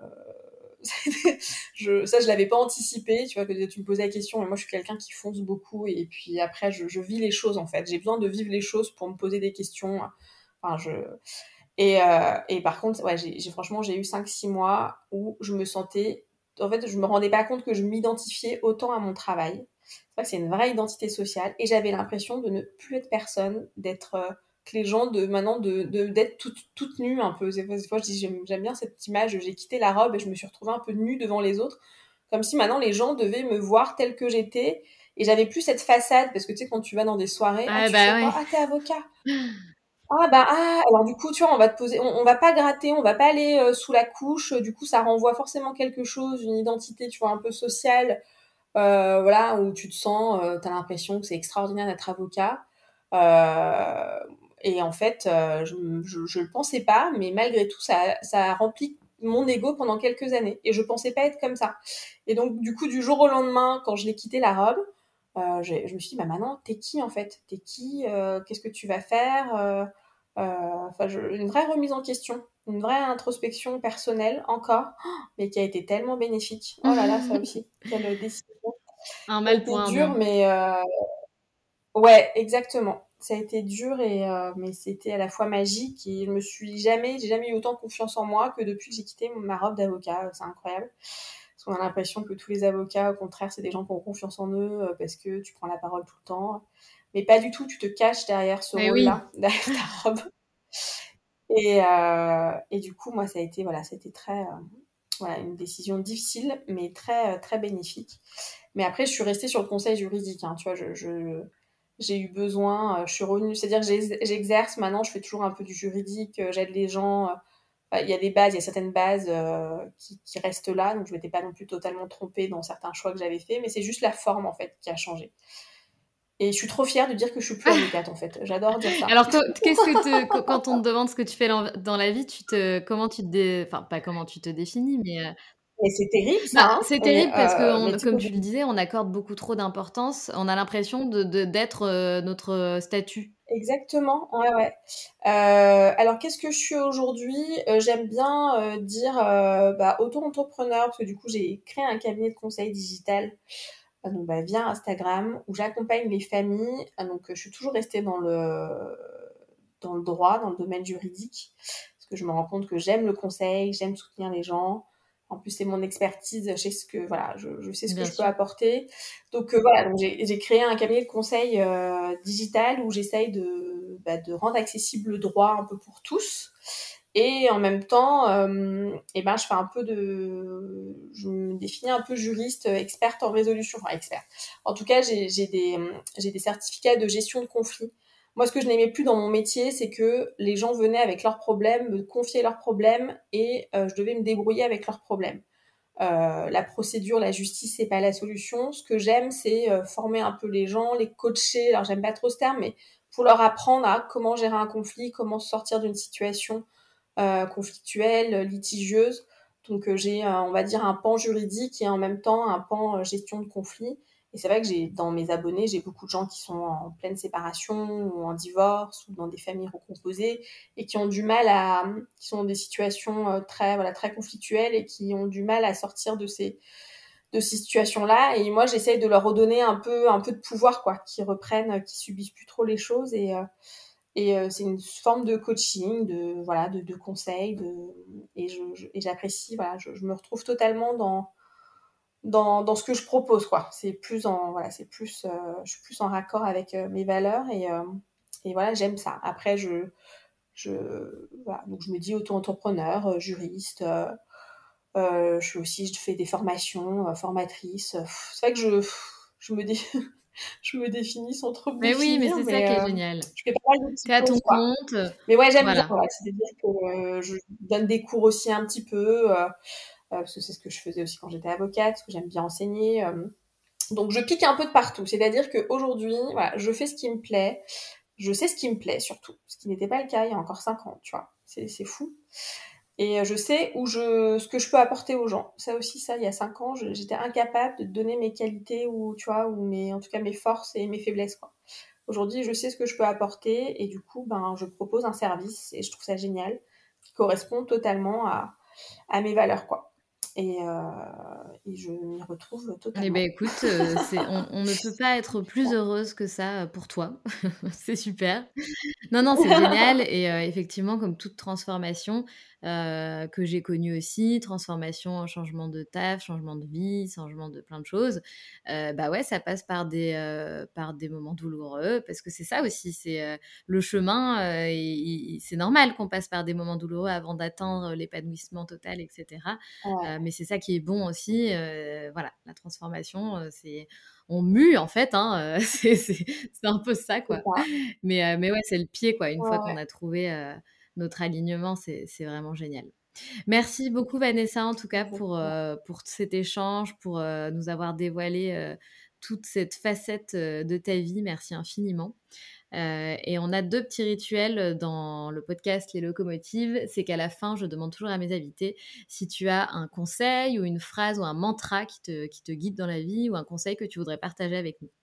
Ça, je l'avais pas anticipé, tu vois, que tu me posais la question, et moi, je suis quelqu'un qui fonce beaucoup, et puis après, je vis les choses, en fait. J'ai besoin de vivre les choses pour me poser des questions. Enfin, et par contre, ouais, franchement, j'ai eu 5-6 mois où je me sentais, en fait, je me rendais pas compte que je m'identifiais autant à mon travail. C'est vrai que c'est une vraie identité sociale, et j'avais l'impression de ne plus être personne, d'être, que les gens maintenant d'être toute nue un peu. Des fois je dis j'aime bien cette image, j'ai quitté la robe et je me suis retrouvée un peu nue devant les autres, comme si maintenant les gens devaient me voir telle que j'étais, et j'avais plus cette façade, parce que tu sais quand tu vas dans des soirées, ah Ah tu fais bah quoi, ouais. ah t'es avocat, ah bah ah alors du coup tu vois on va te poser, on va pas gratter, on va pas aller sous la couche, du coup ça renvoie forcément quelque chose, une identité tu vois un peu sociale, voilà, où tu te sens, tu l'impression que c'est extraordinaire d'être avocat. Et en fait, je le pensais pas, mais malgré tout, ça a rempli mon ego pendant quelques années. Et je pensais pas être comme ça. Et donc, du coup, du jour au lendemain, quand je l'ai quitté la robe, je me suis dit, bah maintenant, t'es qui en fait? T'es qui? Qu'est-ce que tu vas faire? Enfin, une vraie remise en question, une vraie introspection personnelle encore, mais qui a été tellement bénéfique. Oh là là, ça aussi, quelle décision. Un Ça a mal pour été un dur, bien. mais ouais, exactement. Ça a été dur mais c'était à la fois magique et j'ai jamais eu autant confiance en moi que depuis que j'ai quitté ma robe d'avocat. C'est incroyable. Parce qu'on a l'impression que tous les avocats, au contraire, c'est des gens qui ont confiance en eux parce que tu prends la parole tout le temps. Mais pas du tout, tu te caches derrière ce Mais oui. rôle-là, derrière ta robe. Et du coup, moi, ça a été, voilà, c'était très, voilà, une décision difficile, mais très, très bénéfique. Mais après, je suis restée sur le conseil juridique, hein, tu vois, j'ai eu besoin, je suis revenue, c'est-à-dire que j'exerce maintenant, je fais toujours un peu du juridique, j'aide les gens. Il y a des bases, il y a certaines bases qui restent là, donc je m'étais pas non plus totalement trompée dans certains choix que j'avais faits, mais c'est juste la forme en fait qui a changé. Et je suis trop fière de dire que je suis plus avocate en fait. J'adore dire ça. Alors, qu'est-ce que quand on te demande ce que tu fais dans la vie, comment tu te enfin, pas comment tu te définis, mais Et c'est terrible ça, bah, hein. c'est terrible parce que Mais tu sais comme tu le qu'aujourd'hui, disais, on accorde beaucoup trop d'importance. On a l'impression d'être, notre, statut. exactement, ouais, ouais. Alors qu'est-ce que je suis aujourd'hui? J'aime bien dire bah, auto-entrepreneur, parce que du coup j'ai créé un cabinet de conseil digital donc, bah, via Instagram où j'accompagne les familles. Donc je suis toujours restée dans le droit, dans le domaine juridique, parce que je me rends compte que j'aime le conseil, j'aime soutenir les gens. En plus, c'est mon expertise, je sais ce que, voilà, je sais ce que Bien je peux sûr. apporter. Donc voilà, donc j'ai créé un cabinet de conseil digital où j'essaye bah, de rendre accessible le droit un peu pour tous. Et en même temps, eh ben, je me définis un peu juriste, experte en résolution, enfin experte. En tout cas, j'ai des certificats de gestion de conflits. Moi, ce que je n'aimais plus dans mon métier, c'est que les gens venaient avec leurs problèmes, me confier leurs problèmes et je devais me débrouiller avec leurs problèmes. La procédure, la justice, c'est pas la solution. Ce que j'aime, c'est former un peu les gens, les coacher. Alors, j'aime pas trop ce terme, mais pour leur apprendre à comment gérer un conflit, comment sortir d'une situation conflictuelle, litigieuse. Donc j'ai, on va dire, un pan juridique et en même temps un pan gestion de conflit. Et c'est vrai que dans mes abonnés, j'ai beaucoup de gens qui sont en pleine séparation ou en divorce ou dans des familles recomposées et qui ont du mal qui sont dans des situations très, voilà, très conflictuelles et qui ont du mal à sortir de ces situations-là. Et moi, j'essaye de leur redonner un peu de pouvoir, quoi, qu'ils reprennent, qu'ils subissent plus trop les choses c'est une forme de coaching, de voilà, de conseil, et j'apprécie. Voilà, je me retrouve totalement dans ce que je propose, quoi. C'est plus en voilà, c'est plus, je suis plus en raccord avec mes valeurs et voilà, j'aime ça. Après, je voilà, donc je me dis auto-entrepreneur, juriste. Je fais des formations, formatrice. C'est vrai que je me dis, je me définis sans trop me Mais oui, mais définir, c'est ça mais qui est génial. je fais pas mal de Tu petites à ton choses, quoi. compte, Mais ouais, j'aime bien, voilà. voilà. C'est-à-dire que je donne des cours aussi un petit peu, parce que c'est ce que je faisais aussi quand j'étais avocate, parce que j'aime bien enseigner. Donc je pique un peu de partout. C'est-à-dire qu'aujourd'hui, voilà, je fais ce qui me plaît. Je sais ce qui me plaît surtout, ce qui n'était pas le cas il y a encore 5 ans, tu vois. C'est fou. Et je sais ce que je peux apporter aux gens. Ça aussi, ça, il y a 5 ans, j'étais incapable de donner mes qualités ou, tu vois, en tout cas mes forces et mes faiblesses, quoi. Aujourd'hui, je sais ce que je peux apporter et du coup, ben, je propose un service et je trouve ça génial, qui correspond totalement à mes valeurs, quoi. Et je m'y retrouve Eh beh, totalement. écoute, c'est on ne peut pas être plus heureuse que ça, pour toi. C'est super. Non, non, c'est génial et effectivement, comme toute transformation, que j'ai connue aussi, transformation, changement de taf, changement de vie, changement de plein de choses, bah, ouais, ça passe par des moments douloureux parce que c'est ça aussi, c'est, le chemin, il c'est normal qu'on passe par des moments douloureux avant d'atteindre l'épanouissement total et cetera, Ouais, mais c'est ça qui est bon aussi, voilà, la transformation, c'est on mue en fait, hein, c'est un peu ça, c'est quoi. ça. Mais ouais, c'est le pied, quoi. Une Ouais, fois qu'on ouais. a trouvé, notre alignement, c'est vraiment génial. Merci beaucoup Vanessa en tout cas pour cet échange, pour nous avoir dévoilé toute cette facette de ta vie. Merci infiniment. Et on a 2 petits rituels dans le podcast Les Locomotives. C'est qu'à la fin, je demande toujours à mes invités si tu as un conseil ou une phrase ou un mantra qui te guide dans la vie ou un conseil que tu voudrais partager avec nous.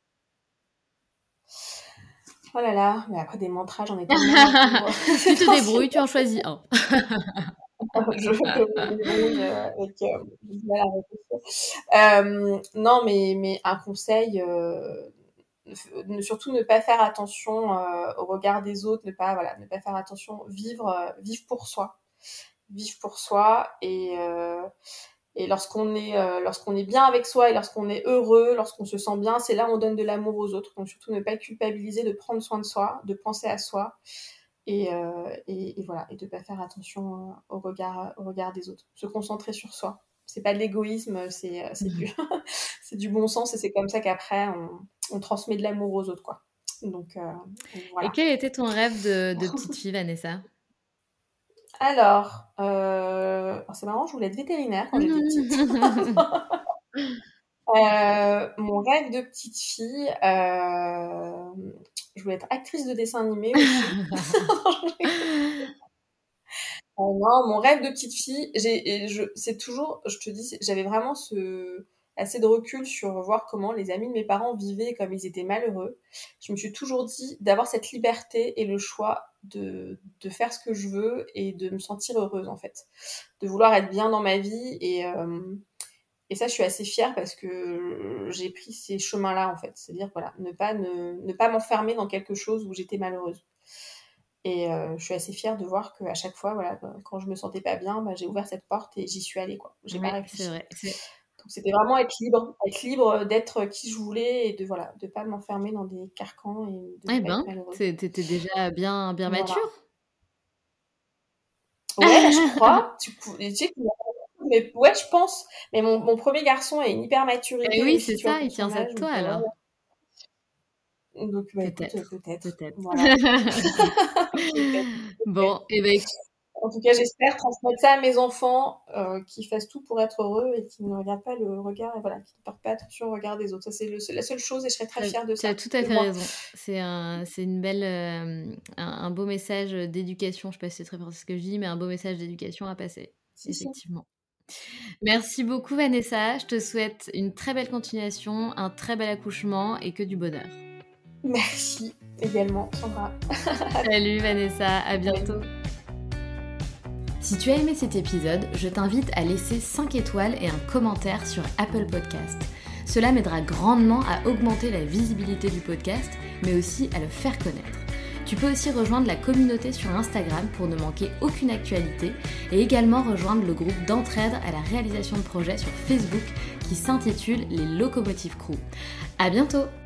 Oh là là, mais après des mantras, j'en ai tellement. Tu te débrouilles, tu en choisis un. Je me débrouille avec du mal à réfléchir. Non, mais un conseil, surtout ne pas faire attention au regard des autres, ne pas faire attention, vivre pour soi. Vivre pour soi et lorsqu'on est bien avec soi et lorsqu'on est heureux, lorsqu'on se sent bien, c'est là où on donne de l'amour aux autres. Donc surtout ne pas culpabiliser, de prendre soin de soi, de penser à soi et voilà, et de pas faire attention au regard des autres. Se concentrer sur soi. C'est pas de l'égoïsme, c'est c'est du bon sens et c'est comme ça qu'après on transmet de l'amour aux autres, quoi. Donc voilà. Et quel était ton rêve de petite fille, Vanessa? Alors, c'est marrant, je voulais être vétérinaire quand j'étais petite. Mon rêve de petite fille, je voulais être actrice de dessin animé aussi. Non, mon rêve de petite fille, c'est toujours, je te dis, j'avais vraiment assez de recul sur voir comment les amis de mes parents vivaient et comme ils étaient malheureux. Je me suis toujours dit d'avoir cette liberté et le choix de faire ce que je veux et de me sentir heureuse, en fait. De vouloir être bien dans ma vie et ça, je suis assez fière parce que j'ai pris ces chemins-là, en fait. C'est-à-dire, voilà, ne pas m'enfermer dans quelque chose où j'étais malheureuse. Et je suis assez fière de voir qu'à chaque fois, voilà, quand je me sentais pas bien, j'ai ouvert cette porte et j'y suis allée, quoi. J'ai pas réfléchi. C'est vrai. Donc c'était vraiment être libre d'être qui je voulais et de pas m'enfermer dans des carcans et de pas être malheureuse. T'étais déjà bien Voilà. mature. Ouais, je crois. Tu sais, mais ouais, je pense. Mais mon premier garçon a une hyper maturité Oui, aussi, c'est tu vois, ça, pour il tient son ça de âge. toi alors. Donc écoute, peut-être. Voilà. Bon, et ben En tout cas, j'espère transmettre ça à mes enfants, qui fassent tout pour être heureux et qui ne regardent pas le regard, et voilà, qui ne portent pas attention au regard des autres. Ça, c'est la seule chose et je serais très fière de ça. Tu as tout à fait raison. C'est une belle, un beau message d'éducation. Je sais pas si c'est très fort ce que je dis, mais un beau message d'éducation à passer. Effectivement. Merci beaucoup Vanessa. Je te souhaite une très belle continuation, un très bel accouchement et que du bonheur. Merci également, Sandra. Salut Vanessa, à bientôt. Si tu as aimé cet épisode, je t'invite à laisser 5 étoiles et un commentaire sur Apple Podcast. Cela m'aidera grandement à augmenter la visibilité du podcast, mais aussi à le faire connaître. Tu peux aussi rejoindre la communauté sur Instagram pour ne manquer aucune actualité et également rejoindre le groupe d'entraide à la réalisation de projets sur Facebook qui s'intitule Les Locomotives Crew. À bientôt!